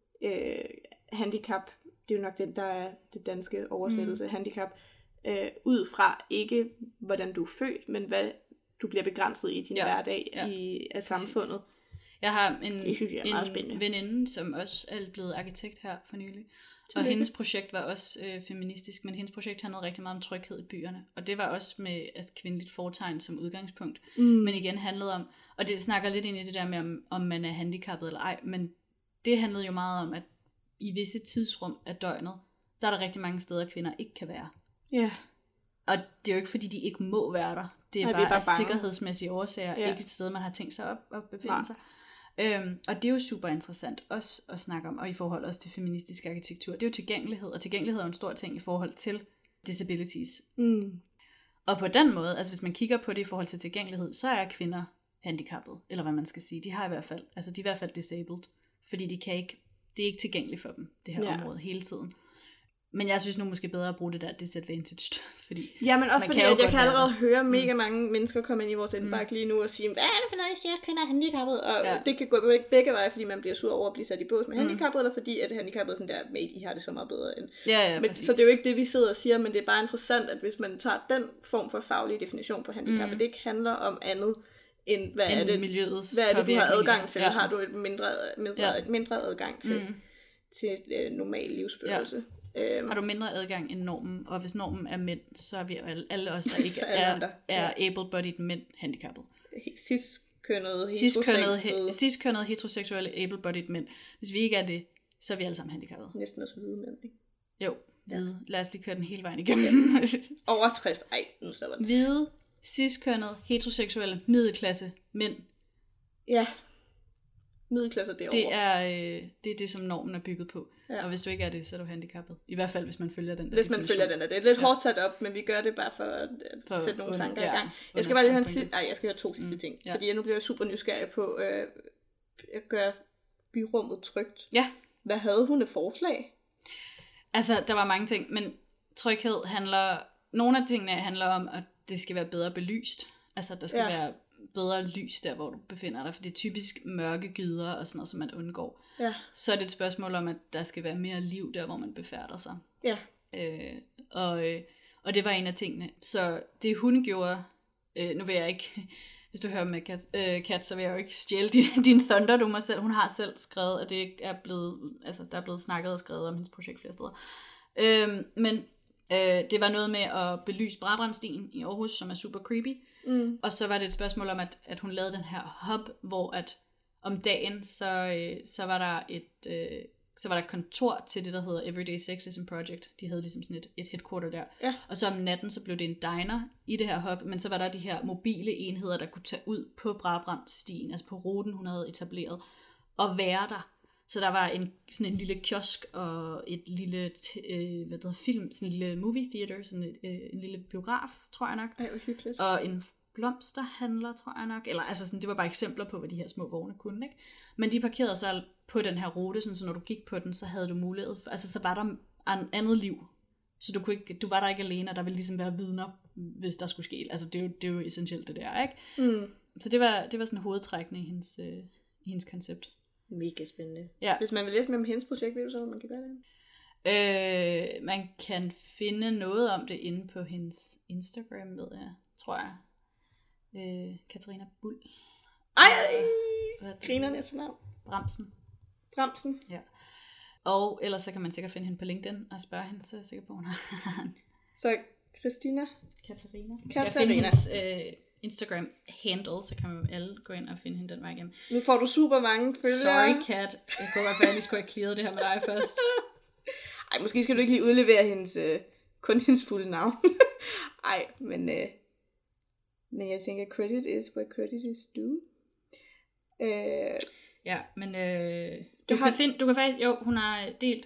handicap. Det er jo nok den, der er det danske oversættelse af handicap, ud fra ikke, hvordan du er født, men hvad du bliver begrænset i din hverdag af samfundet. Jeg har en veninde, som også er blevet arkitekt her for nylig, og hendes projekt var også feministisk, men hendes projekt handlede rigtig meget om tryghed i byerne, og det var også med et kvindeligt fortegn som udgangspunkt, men igen handlede om, og det snakker lidt ind i det der med, om man er handicappet eller ej, men det handlede jo meget om, at i visse tidsrum af døgnet, der er der rigtig mange steder, kvinder ikke kan være. Ja. Og det er jo ikke, fordi de ikke må være der. Det er bare af sikkerhedsmæssige årsager, ikke et sted, man har tænkt sig at befinde sig. Og det er jo super interessant også at snakke om, og i forhold også til feministisk arkitektur. Det er jo tilgængelighed, og tilgængelighed er jo en stor ting i forhold til disabilities. Og på den måde, altså hvis man kigger på det i forhold til tilgængelighed, så er kvinder handicappet, eller hvad man skal sige. De har i hvert fald, altså de er i hvert fald disabled, fordi de kan ikke, det er ikke tilgængeligt for dem, det her område hele tiden. Men jeg synes nu måske bedre at bruge det der disadvantaged, fordi ja, men også fordi, at jeg kan allerede høre mega mange mennesker komme ind i vores indbakke lige nu og sige, hvad er det for noget, jeg siger, at kvinder er handicappet? Og det kan gå begge veje, fordi man bliver sur over at blive sat i bås med handicappet, eller fordi at handicappet er sådan der, mate, I har det så meget bedre end. Men, så det er jo ikke det, vi sidder og siger, men det er bare interessant, at hvis man tager den form for faglig definition på handicap, det ikke handler om andet, end hvad er det, du har adgang til? Har du et mindre adgang til normal livsførelse? Har du mindre adgang end normen, og hvis normen er mænd, så er vi alle os, der ikke er able-bodied mænd handicappet. Cis-kønnede, heteroseksuelle, able-bodied mænd. Hvis vi ikke er det, så er vi alle sammen handicappet. Næsten også hvide mænd, ikke? Jo, hvide. Lad os lige køre den hele vejen igennem. Over 60, nu stopper den. Hvide, cis-kønnede, heteroseksuelle, middelklasse mænd. Ja. Middelklasser derovre. Det er det, som normen er bygget på. Ja. Og hvis du ikke er det, så er du handicappet. I hvert fald, hvis man følger den der. Hvis man følger den der. Det er lidt hårdt sat op, men vi gør det bare for at sætte nogle tanker i gang. Jeg skal bare lige høre jeg skal høre 2 sidste ting. Ja. Fordi nu bliver jeg super nysgerrig på at gøre byrummet trygt. Ja. Hvad havde hun et forslag? Altså, der var mange ting, men tryghed handler... Nogle af tingene handler om, at det skal være bedre belyst. Altså, der skal være bedre lys der, hvor du befinder dig, for det er typisk mørke gyder og sådan noget, som man undgår. Ja. Så er det et spørgsmål om, at der skal være mere liv der, hvor man befærder sig. Ja. Og det var en af tingene. Så det hun gjorde, nu vil jeg ikke, hvis du hører med Kat, så vil jeg jo ikke stjæle din thunder, hun har selv skrevet, at det er blevet, altså der er blevet snakket og skrevet om hendes projekt flere steder. Men det var noget med at belyse Brabrandstien i Aarhus, som er super creepy. Og så var det et spørgsmål om, at hun lavede den her hub, hvor at om dagen, så var der et kontor til det, der hedder Everyday Sexism Project. De havde ligesom sådan et headquarter der. Ja. Og så om natten, så blev det en diner i det her hub, men så var der de her mobile enheder, der kunne tage ud på Brabrandstien, altså på ruten, hun havde etableret, og være der. Så der var sådan en lille kiosk og et lille film, sådan en lille movie theater, sådan en lille biograf, tror jeg nok. Ej, hvor hyggeligt. Og en blomsterhandler, tror jeg nok. Eller altså sådan, det var bare eksempler på, hvad de her små vogne kunne, ikke? Men de parkerede så på den her rute, sådan, så når du gik på den, så havde du mulighed for, altså så var der andet liv. Så du var der ikke alene, og der ville ligesom være vidner, hvis der skulle ske. Altså det er jo essentielt det der, ikke? Mm. Så det var sådan en hovedtrækkende i hendes koncept. Mega spændende. Ja. Hvis man vil læse mere om hendes projekt, ved du så, hvor man kan gøre det? Man kan finde noget om det inde på hendes Instagram, ved jeg, tror jeg. Katarina Bull. Ej! Grinerne efternavn. Bramsen. Ja. Og ellers så kan man sikkert finde hende på LinkedIn og spørge hende, så er jeg sikker på, hun har. Så Katarina. Jeg finder hendes Instagram-handle, så kan man alle gå ind og finde hende den vej igennem. Nu får du super mange følgere. Sorry, Kat. Jeg kunne godt være, at jeg skulle have clearet det her med dig først. Ej, måske skal du ikke lige udlevere kun hendes fulde navn. Ej, men jeg tænker, credit is where credit is due. Ja, men du kan faktisk, jo, hun har delt,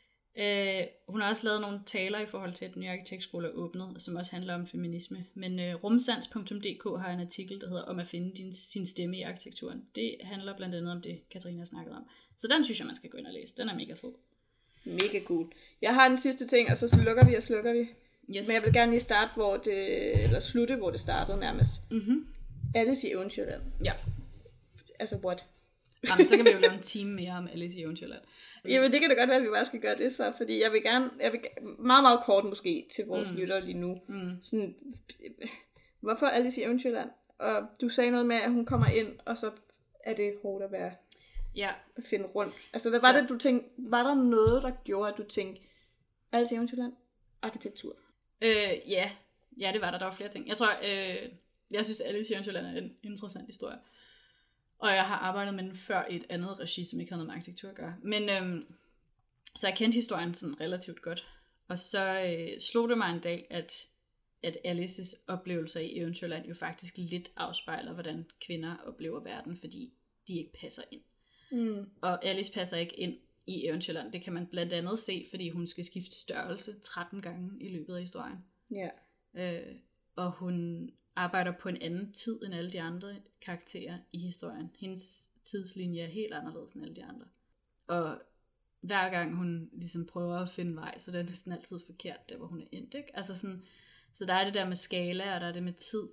hun har også lavet nogle taler i forhold til, at den nye arkitektskole er åbnet, som også handler om feminisme. Men rumsans.dk har en artikel, der hedder om at finde sin stemme i arkitekturen. Det handler blandt andet om det, Katarina har snakket om. Så den synes jeg, man skal gå ind og læse. Den er mega fed. Mega cool. Jeg har den sidste ting, og så slukker vi. Yes. Men jeg vil gerne lige starte, slutte, hvor det startede nærmest. Mm-hmm. Alice i Eventyrland. Ja. Altså, what? Jamen, så kan vi jo lave en time mere om Alice i Eventyrland. Jamen, det kan da godt være, at vi bare skal gøre det så, fordi jeg vil meget, meget kort måske til vores lyttere lige nu. Sådan, hvorfor Alice i Eventyrland? Og du sagde noget med, at hun kommer ind, og så er det hårdt at være at finde rundt. Altså, hvad var det, du tænkte? Var der noget, der gjorde, at du tænkte, Alice i Eventyrland? Arkitektur? Ja, det var der. Der var flere ting. Jeg tror, jeg synes, Alice i Eventyrland er en interessant historie. Og jeg har arbejdet med den før i et andet regi, som ikke havde noget med arkitektur at gøre. Men så jeg kendte historien sådan relativt godt. Og så slog det mig en dag, at Alices oplevelser i Eventyrland jo faktisk lidt afspejler, hvordan kvinder oplever verden, fordi de ikke passer ind. Mm. Og Alice passer ikke ind i Eventyrland. Det kan man blandt andet se, fordi hun skal skifte størrelse 13 gange i løbet af historien. Ja. Og hun arbejder på en anden tid end alle de andre karakterer i historien. Hendes tidslinje er helt anderledes end alle de andre. Og hver gang hun ligesom prøver at finde vej, så er det næsten altid forkert, der hvor hun er endt, ikke? Altså sådan, så der er det der med skala, og der er det med tid,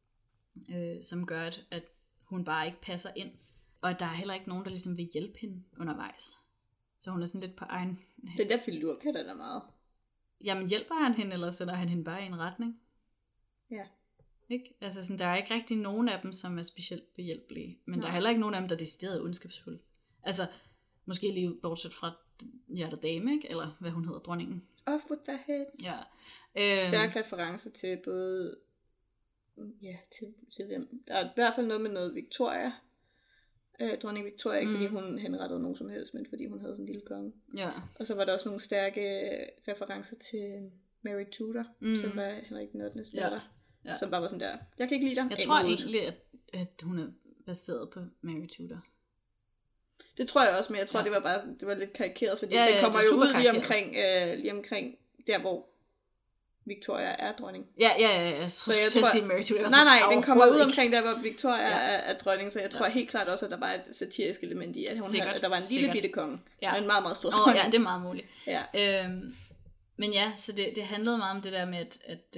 som gør, at hun bare ikke passer ind. Og der er heller ikke nogen, der ligesom vil hjælpe hende undervejs. Så hun er sådan lidt på egen... Den der filur kan der meget. Jamen hjælper han hende, eller sætter han hende bare i en retning? Ja. Ikke? Altså sådan, der er ikke rigtig nogen af dem, som er specielt behjælpelige. Men der er heller ikke nogen af dem, der er decideret ondskabsfulde. Altså, måske lige bortset fra Hjerter Dame, ikke? Eller hvad hun hedder, dronningen. Off with their heads. Ja. Stærk reference til både... Ja, til hvem? Der er i hvert fald noget med noget Victoria. Dronning Victoria, ikke fordi hun henrettede nogen som helst, men fordi hun havde sådan en lille konge. Ja. Og så var der også nogle stærke referencer til Mary Tudor, som var Henrik den 8. datter. Ja. Som bare var sådan der, jeg kan ikke lide dig. Jeg tror egentlig, at hun er baseret på Mary Tudor. Det tror jeg også, men jeg tror, det var lidt karikeret, fordi det kommer jo ud lige omkring der, hvor Victoria er dronning. Ja. Så jeg tror, at sige Mary Tudor. Nej, den kommer ud omkring der, hvor Victoria er dronning, så jeg tror helt klart også, at der var et satirisk element i, at der var en lille bitte konge, og en meget, meget stor dronning. Ja, det er meget muligt. Ja. Men ja, så det handlede meget om det der med,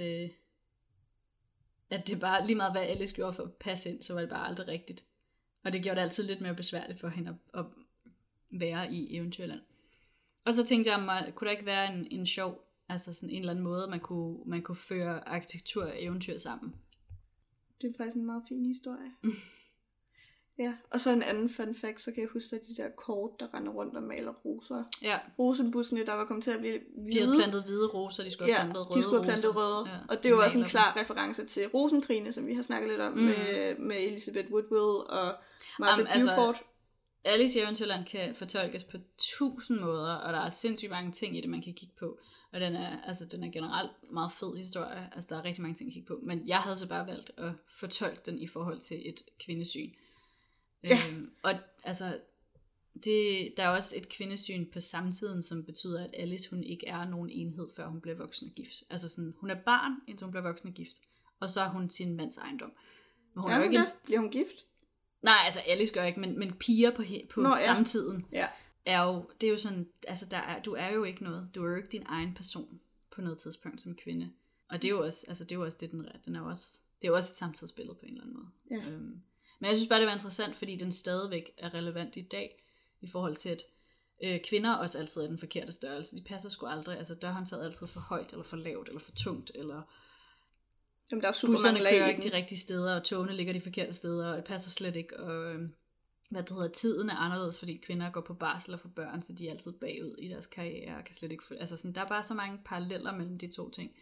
at det bare, lige meget hvad Alice gjorde for at passe ind, så var det bare aldrig rigtigt. Og det gjorde det altid lidt mere besværligt for hende at være i Eventyrland. Og så tænkte jeg, kunne der ikke være en sjov, altså sådan en eller anden måde, man kunne føre arkitektur og eventyr sammen. Det er faktisk en meget fin historie. Ja, og så en anden fun fact, så kan jeg huske, at de der kort, der render rundt og maler roser. Ja. Rosenbuskene, der var kommet til at blive hvide. De havde plantet hvide roser, de skulle have plantet røde roser. De skulle have plantet røde. Ja, og det er jo også en klar reference til rosenkrigene, som vi har snakket lidt om med Elizabeth Woodville og Margaret Beaufort. Altså, Alice i Eventyrland kan fortolkes på 1000 måder, og der er sindssygt mange ting i det, man kan kigge på. Og den er generelt meget fed historie. Altså, der er rigtig mange ting at kigge på. Men jeg havde så bare valgt at fortolke den i forhold til et kvindesyn. Ja. Og altså, der er også et kvindesyn på samtiden, som betyder, at Alice, hun ikke er nogen enhed, før hun bliver voksen og gift. Altså sådan, hun er barn, indtil hun bliver voksen og gift. Og så er hun sin mands ejendom. Men hun er jo ikke bliver hun gift? Nej, altså Alice gør ikke, men piger på samtiden. Ja. det er jo sådan, altså du er jo ikke noget, du er jo ikke din egen person på noget tidspunkt som kvinde. Og det er jo også, altså det er jo også det, den er jo også, det er jo også et samtidsbillede på en eller anden måde. Ja. Men jeg synes bare, det var interessant, fordi den stadigvæk er relevant i dag, i forhold til, at kvinder også altid er den forkerte størrelse. De passer sgu aldrig, altså dørhåndtaget er altid for højt, eller for lavt, eller for tungt, eller jamen, der er super busserne kører ikke de rigtige steder, og togene ligger de forkerte steder, og det passer slet ikke, og tiden er anderledes, fordi kvinder går på barsel og får børn, så de er altid bagud i deres karriere, og kan slet ikke altså sådan, der er bare så mange paralleller mellem de to ting.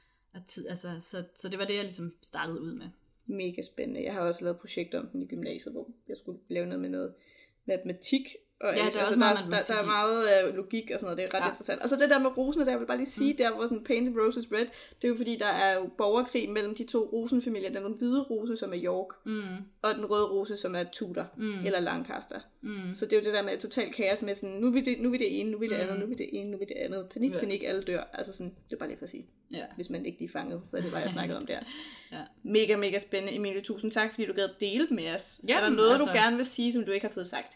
Så det var det, jeg ligesom startede ud med. Mega spændende. Jeg har også lavet projekt om den i gymnasiet, hvor jeg skulle lave noget med noget matematik. Og ja, der er meget logik og sådan noget, det er ret interessant. Og så det der med roserne, der jeg vil bare lige sige, der hvor sådan Paint the Roses Red, det er jo fordi, der er jo borgerkrig mellem de to rosenfamilier. Der er den hvide rose, som er York, og den røde rose, som er Tudor, eller Lancaster. Så det er jo det der med total kaos med sådan, nu er vi det ene, nu er vi det andet, nu er vi det ene, nu er vi det andet. Panik, alle dør. Altså sådan, det er bare lige for at sige, hvis man ikke lige fangede, hvad det var, jeg snakkede om der. Mega, mega spændende, Emilie. Tusind tak, fordi du gad dele med os. Er der noget, du gerne vil sige, som du ikke har fået sagt?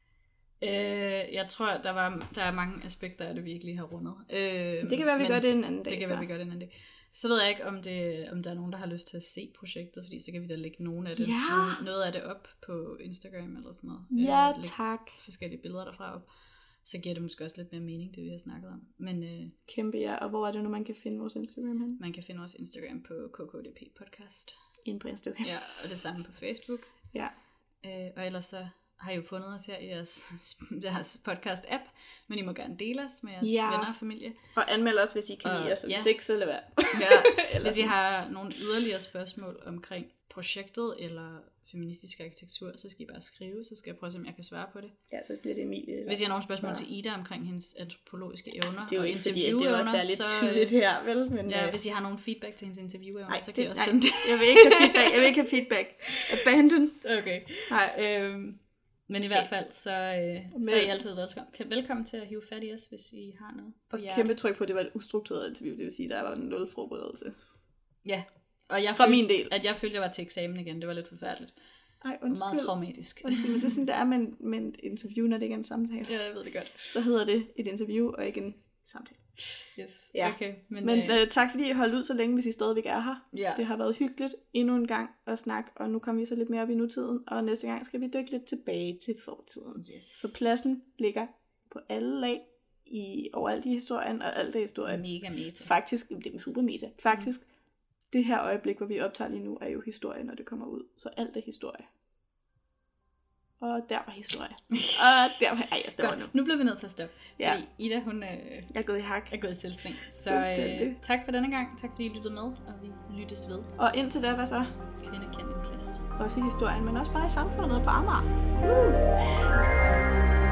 Jeg tror, der er mange aspekter af det, vi ikke lige har rundet. Det kan være, vi gør det en anden dag. Det kan være, vi gør det en anden dag. Så ved jeg ikke, om der er nogen, der har lyst til at se projektet, fordi så kan vi da lægge noget af det op på Instagram eller sådan noget. Ja, tak. Forskellige billeder derfra op. Så giver det måske også lidt mere mening, det vi har snakket om. Men, kæmpe ja, og hvor er det nu, man kan finde vores Instagram hen? Man kan finde vores Instagram på KKDP Podcast. Ind på Instagram. Ja, og det samme på Facebook. Ja. Og ellers så har I jo fundet os her i jeres podcast-app, men I må gerne dele os med jeres venner og familie. Og anmelde os, hvis I kan lide os, hvis ikke, så lad være. Hvis I har nogle yderligere spørgsmål omkring projektet eller feministisk arkitektur, så skal I bare skrive, så skal jeg prøve at se, om jeg kan svare på det. Ja, så bliver det Emilie. Hvis I har nogle spørgsmål til Ida omkring hendes antropologiske evner, det er jo ikke fordi, det er også særligt tydeligt her, vel? Men, hvis I har nogle feedback til hendes interviewevner, så kan I også sende det. Jeg vil ikke have feedback. Abandon. Okay. Nej. Men i hvert fald, så er I altid velkommen til at hive fat i os, hvis I har noget på hjertet. Og kæmpe tryk på, at det var et ustruktureret interview, det vil sige, der var en 0 forberedelse. Ja, og jeg følte, min del. At jeg følte, jeg var til eksamen igen. Det var lidt forfærdeligt. Ej, meget traumatisk. Undskyld, men det er sådan, der er med et interview, når det ikke er en samtale. Ja, jeg ved det godt. Så hedder det et interview, og ikke en samtale. Yes, ja. Okay. Men tak fordi I holdt ud så længe, hvis I stadigvæk er her. Ja. Det har været hyggeligt endnu en gang at snakke, og nu kommer vi så lidt mere op i nutiden, og næste gang skal vi dykke lidt tilbage til fortiden. Yes. Så pladsen ligger på alle lag overalt i historien, og alt er historie. Mega meta. Faktisk, det er super meta. Faktisk, det her øjeblik, hvor vi optager lige nu, er jo historie, når det kommer ud. Så alt er historie. Og der var historie. Og der var... Ej, jeg stopper nu. Nu bliver vi nødt til at stoppe. Ja. Fordi Ida, hun jeg er gået i hak. Er gået i selvsving. Så tak for denne gang. Tak fordi I lyttede med, og vi lyttes ved. Og indtil da, hvad så? Kvinde kend din plads. Også i historien, men også bare i samfundet på Amager.